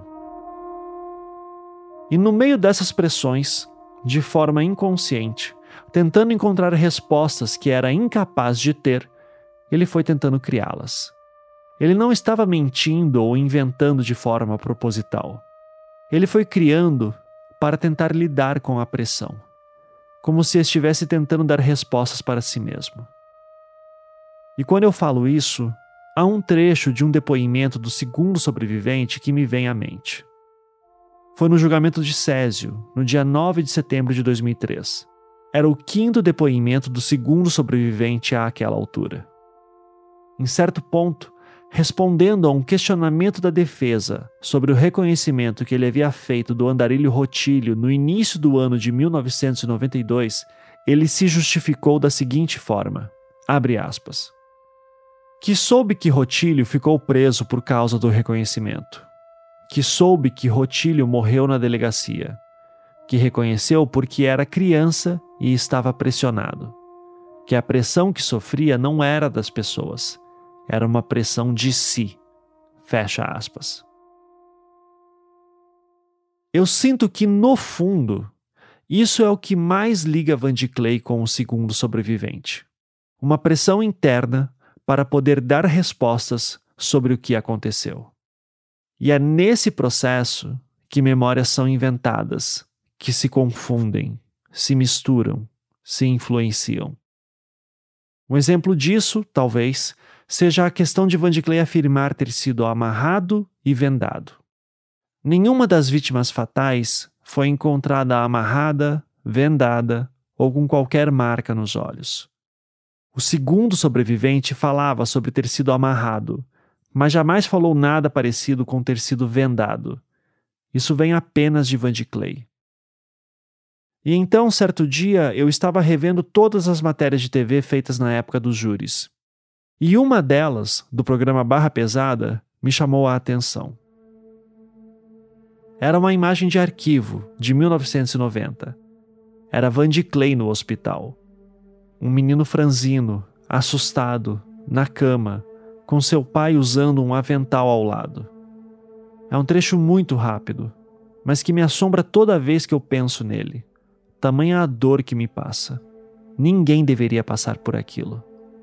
E no meio dessas pressões, de forma inconsciente, tentando encontrar respostas que era incapaz de ter, ele foi tentando criá-las. Ele não estava mentindo ou inventando de forma proposital. Ele foi criando para tentar lidar com a pressão, como se estivesse tentando dar respostas para si mesmo. E quando eu falo isso, há um trecho de um depoimento do segundo sobrevivente que me vem à mente. Foi no julgamento de Césio, no dia nove de setembro de dois mil e três. Era o quinto depoimento do segundo sobrevivente àquela altura. Em certo ponto, respondendo a um questionamento da defesa sobre o reconhecimento que ele havia feito do andarilho Rotílio no início do ano de mil novecentos e noventa e dois, ele se justificou da seguinte forma, abre aspas, que soube que Rotílio ficou preso por causa do reconhecimento, que soube que Rotílio morreu na delegacia, que reconheceu porque era criança e estava pressionado, que a pressão que sofria não era das pessoas, era uma pressão de si. Fecha aspas. Eu sinto que, no fundo, isso é o que mais liga Van de Clay com o segundo sobrevivente. Uma pressão interna para poder dar respostas sobre o que aconteceu. E é nesse processo que memórias são inventadas, que se confundem, se misturam, se influenciam. Um exemplo disso, talvez, seja a questão de Van de Clay afirmar ter sido amarrado e vendado. Nenhuma das vítimas fatais foi encontrada amarrada, vendada ou com qualquer marca nos olhos. O segundo sobrevivente falava sobre ter sido amarrado, mas jamais falou nada parecido com ter sido vendado. Isso vem apenas de Van de Clay. E então, certo dia, eu estava revendo todas as matérias de T V feitas na época dos júris. E uma delas, do programa Barra Pesada, me chamou a atenção. Era uma imagem de arquivo, de mil novecentos e noventa. Era Van de Clay no hospital. Um menino franzino, assustado, na cama, com seu pai usando um avental ao lado. É um trecho muito rápido, mas que me assombra toda vez que eu penso nele. Tamanha a dor que me passa. Ninguém deveria passar por aquilo.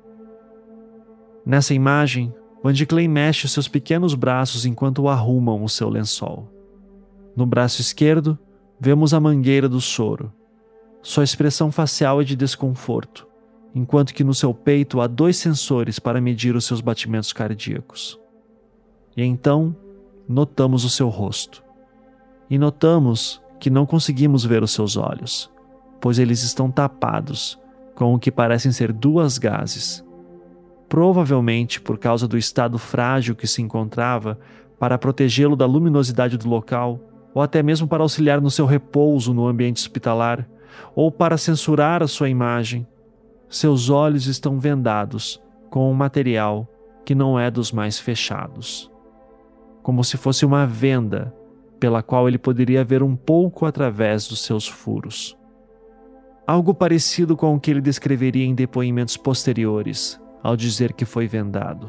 Nessa imagem, Van de Clay mexe seus pequenos braços enquanto arrumam o seu lençol. No braço esquerdo, vemos a mangueira do soro. Sua expressão facial é de desconforto, enquanto que no seu peito há dois sensores para medir os seus batimentos cardíacos. E então, notamos o seu rosto. E notamos que não conseguimos ver os seus olhos, pois eles estão tapados com o que parecem ser duas gases. Provavelmente por causa do estado frágil que se encontrava, para protegê-lo da luminosidade do local, ou até mesmo para auxiliar no seu repouso no ambiente hospitalar, ou para censurar a sua imagem, seus olhos estão vendados com um material que não é dos mais fechados. Como se fosse uma venda pela qual ele poderia ver um pouco através dos seus furos. Algo parecido com o que ele descreveria em depoimentos posteriores, ao dizer que foi vendado.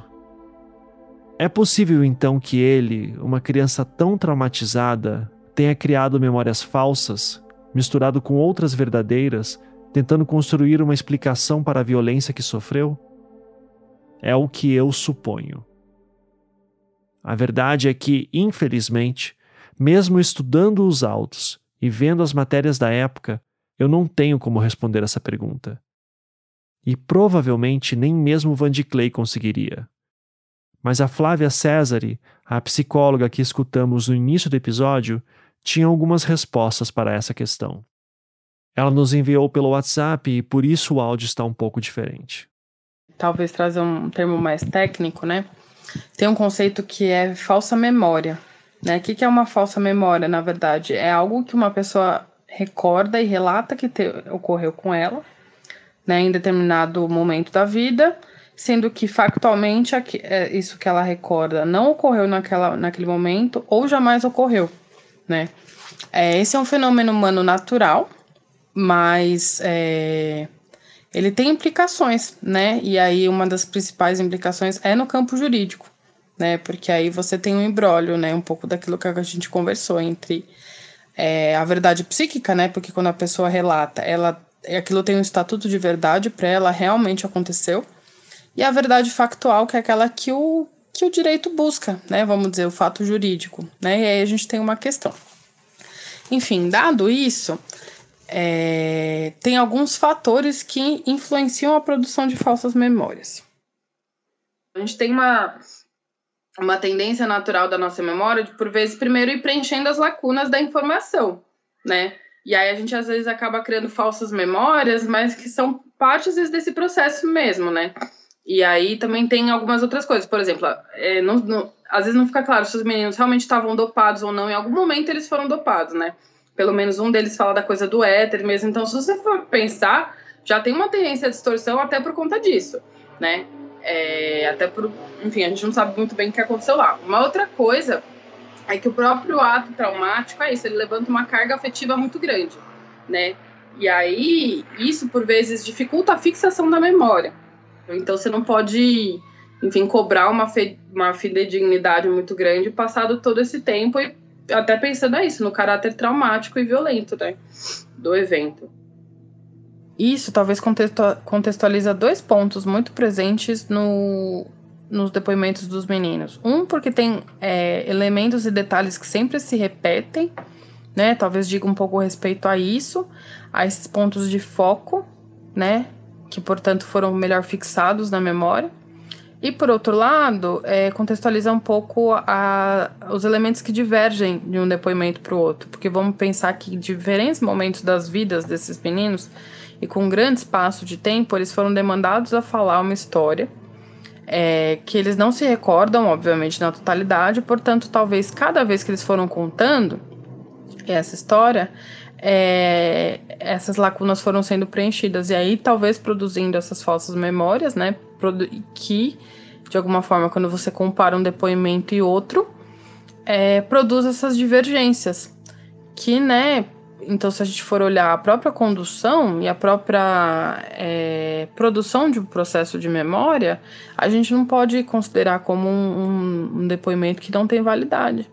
É possível então que ele, uma criança tão traumatizada, tenha criado memórias falsas, misturado com outras verdadeiras, tentando construir uma explicação para a violência que sofreu? É o que eu suponho. A verdade é que, infelizmente, mesmo estudando os autos e vendo as matérias da época, eu não tenho como responder essa pergunta. E provavelmente nem mesmo Van de Clay conseguiria. Mas a Flávia Cesari, a psicóloga que escutamos no início do episódio, tinha algumas respostas para essa questão. Ela nos enviou pelo WhatsApp e por isso o áudio está um pouco diferente. Talvez trazer um termo mais técnico, né? Tem um conceito que é falsa memória, né? O que é uma falsa memória, na verdade? É algo que uma pessoa recorda e relata que te, ocorreu com ela, né, em determinado momento da vida, sendo que factualmente isso que ela recorda não ocorreu naquela, naquele momento ou jamais ocorreu, né? É, esse é um fenômeno humano natural, mas é, ele tem implicações, né? E aí uma das principais implicações é no campo jurídico, né? Porque aí você tem um imbróglio, né? Um pouco daquilo que a gente conversou entre é, a verdade psíquica, né? Porque quando a pessoa relata, ela, aquilo tem um estatuto de verdade para ela, realmente aconteceu. E a verdade factual, que é aquela que o, que o direito busca, né? Vamos dizer, o fato jurídico, né? E aí a gente tem uma questão. Enfim, dado isso, é, tem alguns fatores que influenciam a produção de falsas memórias. A gente tem uma, uma tendência natural da nossa memória de, por vezes, primeiro ir preenchendo as lacunas da informação, né? E aí a gente, às vezes, acaba criando falsas memórias, mas que são parte, às vezes, desse processo mesmo, né? E aí também tem algumas outras coisas. Por exemplo, é, não, não, às vezes não fica claro se os meninos realmente estavam dopados ou não. Em algum momento eles foram dopados, né? Pelo menos um deles fala da coisa do éter mesmo. Então, se você for pensar, já tem uma tendência à distorção até por conta disso, né? É, até por... Enfim, a gente não sabe muito bem o que aconteceu lá. Uma outra coisa é que o próprio ato traumático é isso. Ele levanta uma carga afetiva muito grande, né? E aí, isso, por vezes, dificulta a fixação da memória. Então, você não pode, enfim, cobrar uma, fe- uma fidedignidade muito grande passado todo esse tempo e até pensando nisso, no caráter traumático e violento, né, do evento. Isso talvez contextu- contextualiza dois pontos muito presentes no, nos depoimentos dos meninos. Um, porque tem é, elementos e detalhes que sempre se repetem, né, talvez diga um pouco a respeito a isso, a esses pontos de foco, né, que, portanto, foram melhor fixados na memória. E, por outro lado, é, contextualiza um pouco a, os elementos que divergem de um depoimento para o outro. Porque vamos pensar que em diferentes momentos das vidas desses meninos, e com um grande espaço de tempo, eles foram demandados a falar uma história é, que eles não se recordam, obviamente, na totalidade. Portanto, talvez cada vez que eles foram contando essa história, É, essas lacunas foram sendo preenchidas e aí talvez produzindo essas falsas memórias, né, que de alguma forma quando você compara um depoimento e outro é, produz essas divergências que, né, então se a gente for olhar a própria condução e a própria é, produção de um processo de memória, a gente não pode considerar como um, um, um depoimento que não tem validade.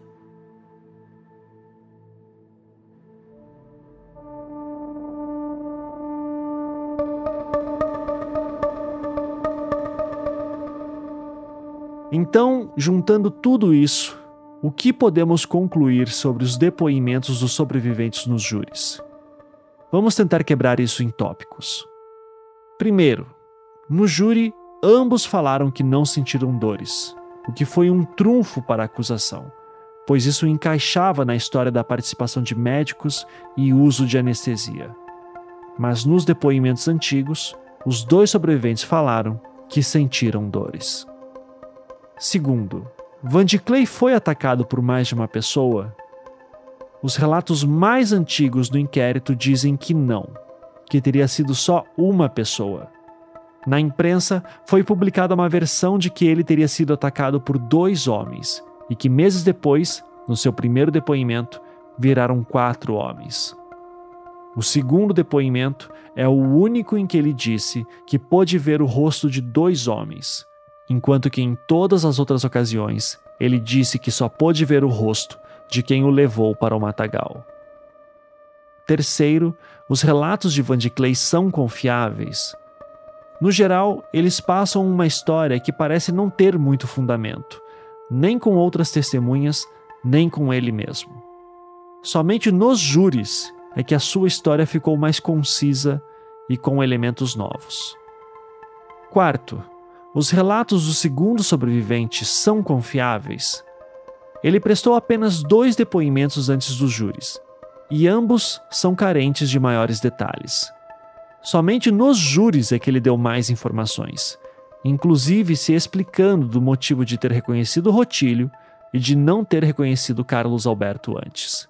Então, juntando tudo isso, o que podemos concluir sobre os depoimentos dos sobreviventes nos júris? Vamos tentar quebrar isso em tópicos. Primeiro, no júri, ambos falaram que não sentiram dores, o que foi um trunfo para a acusação, pois isso encaixava na história da participação de médicos e uso de anestesia. Mas nos depoimentos antigos, os dois sobreviventes falaram que sentiram dores. Segundo, Vanderlei foi atacado por mais de uma pessoa? Os relatos mais antigos do inquérito dizem que não, que teria sido só uma pessoa. Na imprensa, foi publicada uma versão de que ele teria sido atacado por dois homens e que meses depois, no seu primeiro depoimento, viraram quatro homens. O segundo depoimento é o único em que ele disse que pôde ver o rosto de dois homens, enquanto que em todas as outras ocasiões ele disse que só pôde ver o rosto de quem o levou para o matagal. Terceiro, os relatos de Vanderlei são confiáveis. No geral, eles passam uma história que parece não ter muito fundamento, nem com outras testemunhas, nem com ele mesmo. Somente nos júris é que a sua história ficou mais concisa e com elementos novos. Quarto, os relatos do segundo sobrevivente são confiáveis? Ele prestou apenas dois depoimentos antes dos júris, e ambos são carentes de maiores detalhes. Somente nos júris é que ele deu mais informações, inclusive se explicando do motivo de ter reconhecido Rotílio e de não ter reconhecido Carlos Alberto antes.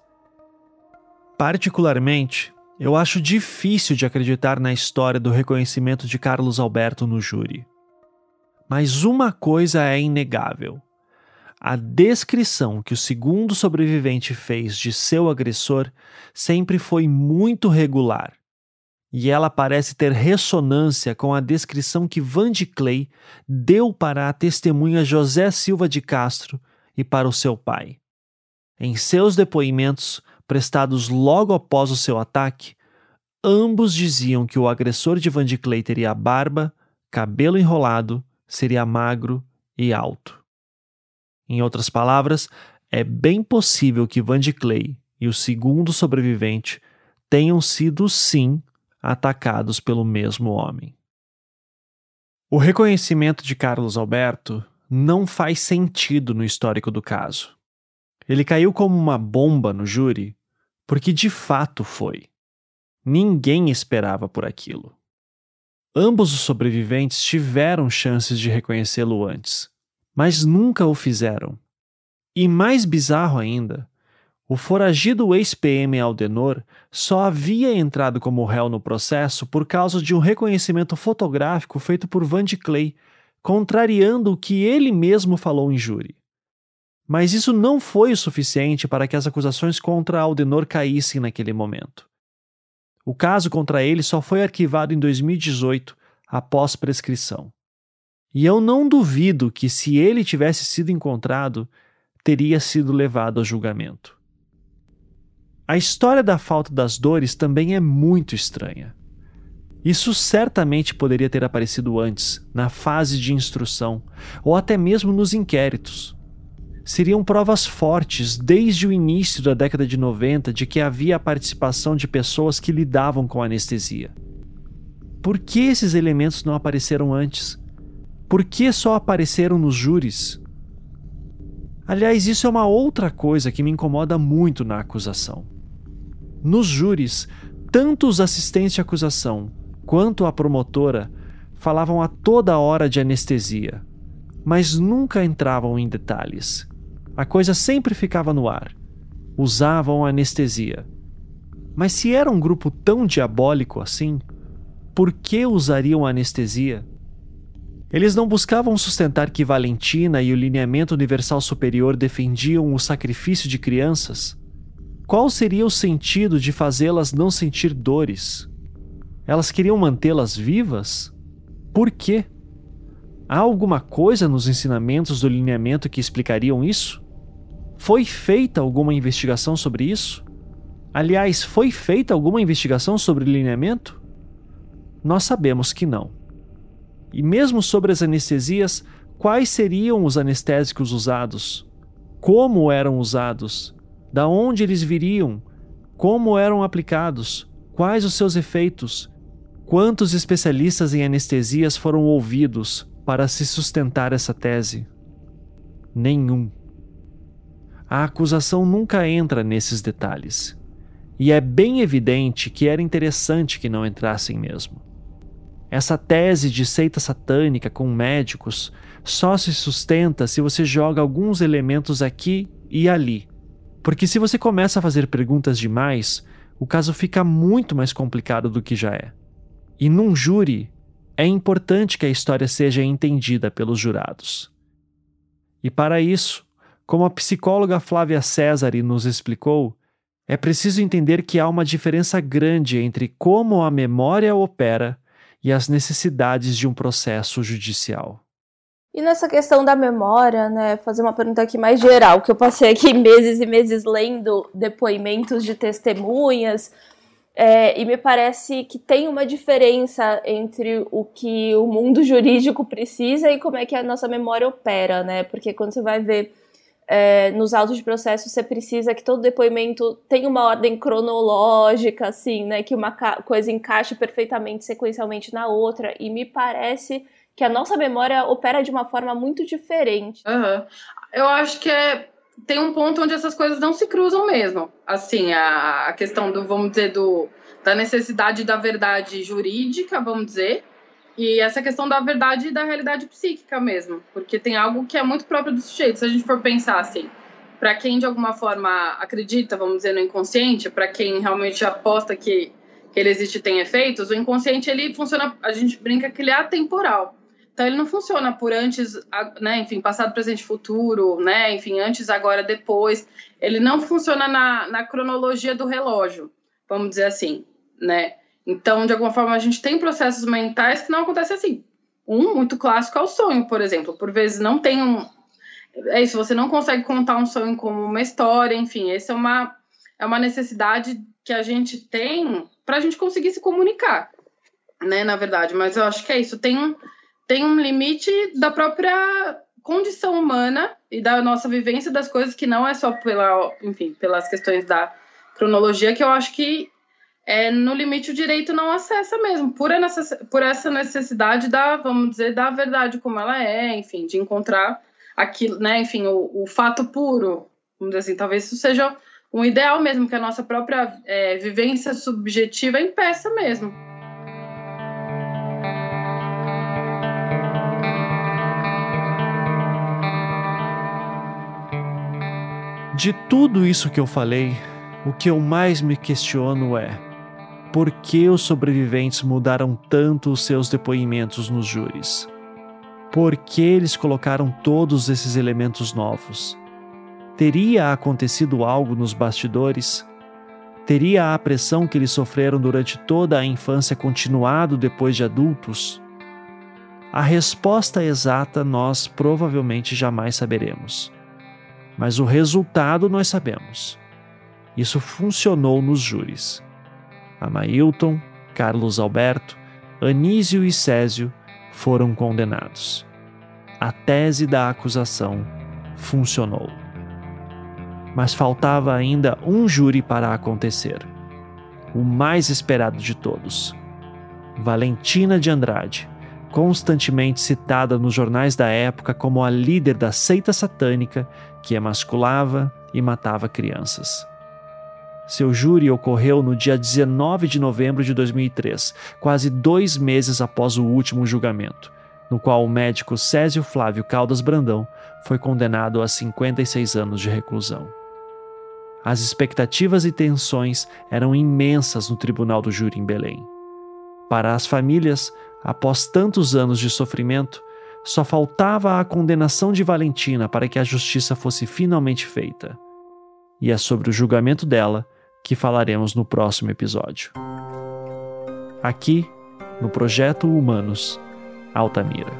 Particularmente, eu acho difícil de acreditar na história do reconhecimento de Carlos Alberto no júri. Mas uma coisa é inegável. A descrição que o segundo sobrevivente fez de seu agressor sempre foi muito regular, e ela parece ter ressonância com a descrição que Vanderlei deu para a testemunha José Silva de Castro e para o seu pai. Em seus depoimentos, prestados logo após o seu ataque, ambos diziam que o agressor de Vanderlei teria barba, cabelo enrolado, seria magro e alto. Em outras palavras, é bem possível que Vanderlei e o segundo sobrevivente tenham sido, sim, atacados pelo mesmo homem. O reconhecimento de Carlos Alberto não faz sentido no histórico do caso. Ele caiu como uma bomba no júri porque de fato foi. Ninguém esperava por aquilo. Ambos os sobreviventes tiveram chances de reconhecê-lo antes, mas nunca o fizeram. E mais bizarro ainda, o foragido ex-P M Aldenor só havia entrado como réu no processo por causa de um reconhecimento fotográfico feito por Vanderlei, contrariando o que ele mesmo falou em júri. Mas isso não foi o suficiente para que as acusações contra Aldenor caíssem naquele momento. O caso contra ele só foi arquivado em dois mil e dezoito, após prescrição. E eu não duvido que, se ele tivesse sido encontrado, teria sido levado a julgamento. A história da falta das dores também é muito estranha. Isso certamente poderia ter aparecido antes, na fase de instrução, ou até mesmo nos inquéritos. Seriam provas fortes desde o início da década de noventa de que havia a participação de pessoas que lidavam com anestesia. Por que esses elementos não apareceram antes? Por que só apareceram nos júris? Aliás, isso é uma outra coisa que me incomoda muito na acusação. Nos júris, tanto os assistentes de acusação quanto a promotora falavam a toda hora de anestesia, mas nunca entravam em detalhes. A coisa sempre ficava no ar. Usavam anestesia. Mas se era um grupo tão diabólico assim, por que usariam anestesia? Eles não buscavam sustentar que Valentina e o lineamento universal superior defendiam o sacrifício de crianças? Qual seria o sentido de fazê-las não sentir dores? Elas queriam mantê-las vivas? Por quê? Há alguma coisa nos ensinamentos do lineamento que explicariam isso? Foi feita alguma investigação sobre isso? Aliás, foi feita alguma investigação sobre o lineamento? Nós sabemos que não. E mesmo sobre as anestesias, quais seriam os anestésicos usados? Como eram usados? Da onde eles viriam? Como eram aplicados? Quais os seus efeitos? Quantos especialistas em anestesias foram ouvidos para se sustentar essa tese? Nenhum. A acusação nunca entra nesses detalhes. E é bem evidente que era interessante que não entrassem mesmo. Essa tese de seita satânica com médicos só se sustenta se você joga alguns elementos aqui e ali. Porque se você começa a fazer perguntas demais, o caso fica muito mais complicado do que já é. E num júri, é importante que a história seja entendida pelos jurados. E para isso, como a psicóloga Flávia Cesari nos explicou, é preciso entender que há uma diferença grande entre como a memória opera e as necessidades de um processo judicial. E nessa questão da memória, né, fazer uma pergunta aqui mais geral, que eu passei aqui meses e meses lendo depoimentos de testemunhas, é, e me parece que tem uma diferença entre o que o mundo jurídico precisa e como é que a nossa memória opera, né? Porque quando você vai ver é, nos autos de processo, você precisa que todo depoimento tenha uma ordem cronológica, assim, né? Que uma coisa encaixe perfeitamente, sequencialmente na outra, e me parece que a nossa memória opera de uma forma muito diferente. Uhum. Eu acho que é tem um ponto onde essas coisas não se cruzam mesmo. Assim, a, a questão do, vamos dizer, do, da necessidade da verdade jurídica, vamos dizer, e essa questão da verdade e da realidade psíquica mesmo, porque tem algo que é muito próprio do sujeito. Se a gente for pensar assim, para quem de alguma forma acredita, vamos dizer, no inconsciente, para quem realmente aposta que, que ele existe e tem efeitos, o inconsciente, ele funciona, a gente brinca que ele é atemporal. Então ele não funciona por antes, né, enfim, passado, presente, futuro, né, enfim, antes, agora, depois. Ele não funciona na, na cronologia do relógio, vamos dizer assim, né. Então, de alguma forma, a gente tem processos mentais que não acontecem assim. Um muito clássico é o sonho, por exemplo. Por vezes não tem um... É isso, você não consegue contar um sonho como uma história, enfim. Essa é uma, é uma necessidade que a gente tem para a gente conseguir se comunicar, né, na verdade. Mas eu acho que é isso. Tem um, tem um limite da própria condição humana e da nossa vivência das coisas, que não é só pela, enfim, pelas questões da cronologia, que eu acho que É, no limite o direito não acessa mesmo, por, necess... por essa necessidade da, vamos dizer, da verdade como ela é, enfim, de encontrar aquilo, né, enfim, o, o fato puro, vamos dizer assim, talvez isso seja um ideal mesmo, que a nossa própria é, vivência subjetiva impeça mesmo. De tudo isso que eu falei, o que eu mais me questiono é: por que os sobreviventes mudaram tanto os seus depoimentos nos júris? Por que eles colocaram todos esses elementos novos? Teria acontecido algo nos bastidores? Teria a pressão que eles sofreram durante toda a infância continuado depois de adultos? A resposta exata nós provavelmente jamais saberemos. Mas o resultado nós sabemos. Isso funcionou nos júris. Amailton, Carlos Alberto, Anísio e Césio foram condenados. A tese da acusação funcionou. Mas faltava ainda um júri para acontecer. O mais esperado de todos. Valentina de Andrade, constantemente citada nos jornais da época como a líder da seita satânica que emasculava e matava crianças. Seu júri ocorreu no dia dezenove de novembro de dois mil e três, quase dois meses após o último julgamento, no qual o médico Césio Flávio Caldas Brandão foi condenado a cinquenta e seis anos de reclusão. As expectativas e tensões eram imensas no tribunal do júri em Belém. Para as famílias, após tantos anos de sofrimento, só faltava a condenação de Valentina para que a justiça fosse finalmente feita. E é sobre o julgamento dela que falaremos no próximo episódio. Aqui, no Projeto Humanos, Altamira.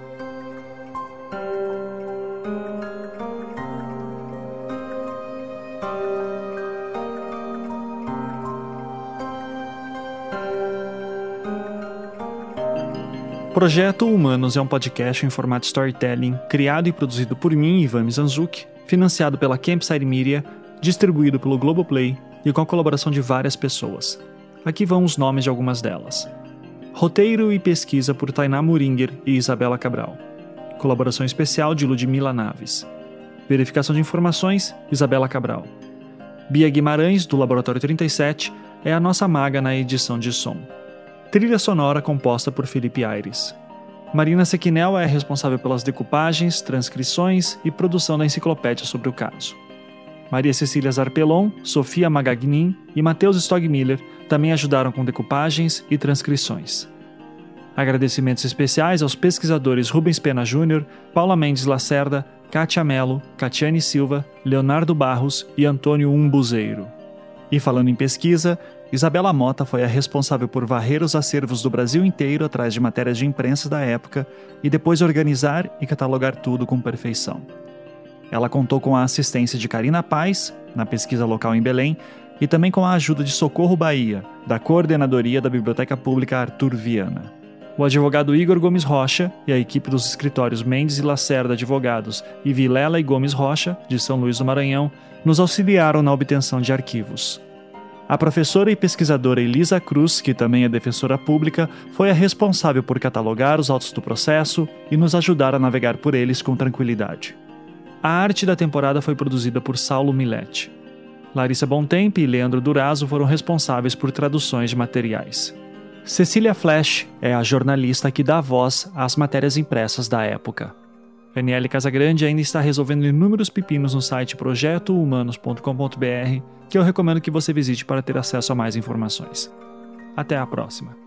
Projeto Humanos é um podcast em formato storytelling, criado e produzido por mim, Ivan Mizanzuki, financiado pela Campside Media, distribuído pelo Globoplay e com a colaboração de várias pessoas. Aqui vão os nomes de algumas delas. Roteiro e pesquisa por Tainá Muringer e Isabela Cabral. Colaboração especial de Ludmila Naves. Verificação de informações, Isabela Cabral. Bia Guimarães, do Laboratório trinta e sete, é a nossa maga na edição de som. Trilha sonora composta por Felipe Aires. Marina Sequinel é responsável pelas decupagens, transcrições e produção da enciclopédia sobre o caso. Maria Cecília Zarpelon, Sofia Magagnin e Matheus Stogmiller também ajudaram com decupagens e transcrições. Agradecimentos especiais aos pesquisadores Rubens Pena Júnior, Paula Mendes Lacerda, Kátia Mello, Catiane Silva, Leonardo Barros e Antônio Umbuzeiro. E falando em pesquisa, Isabela Mota foi a responsável por varrer os acervos do Brasil inteiro atrás de matérias de imprensa da época e depois organizar e catalogar tudo com perfeição. Ela contou com a assistência de Karina Paz, na pesquisa local em Belém, e também com a ajuda de Socorro Bahia, da Coordenadoria da Biblioteca Pública Arthur Viana. O advogado Igor Gomes Rocha e a equipe dos escritórios Mendes e Lacerda Advogados e Vilela e Gomes Rocha, de São Luís do Maranhão, nos auxiliaram na obtenção de arquivos. A professora e pesquisadora Elisa Cruz, que também é defensora pública, foi a responsável por catalogar os autos do processo e nos ajudar a navegar por eles com tranquilidade. A arte da temporada foi produzida por Saulo Milete. Larissa Bontempo e Leandro Durazo foram responsáveis por traduções de materiais. Cecília Flash é a jornalista que dá voz às matérias impressas da época. Aniele Casagrande ainda está resolvendo inúmeros pepinos no site projeto humanos ponto com ponto b r, que eu recomendo que você visite para ter acesso a mais informações. Até a próxima!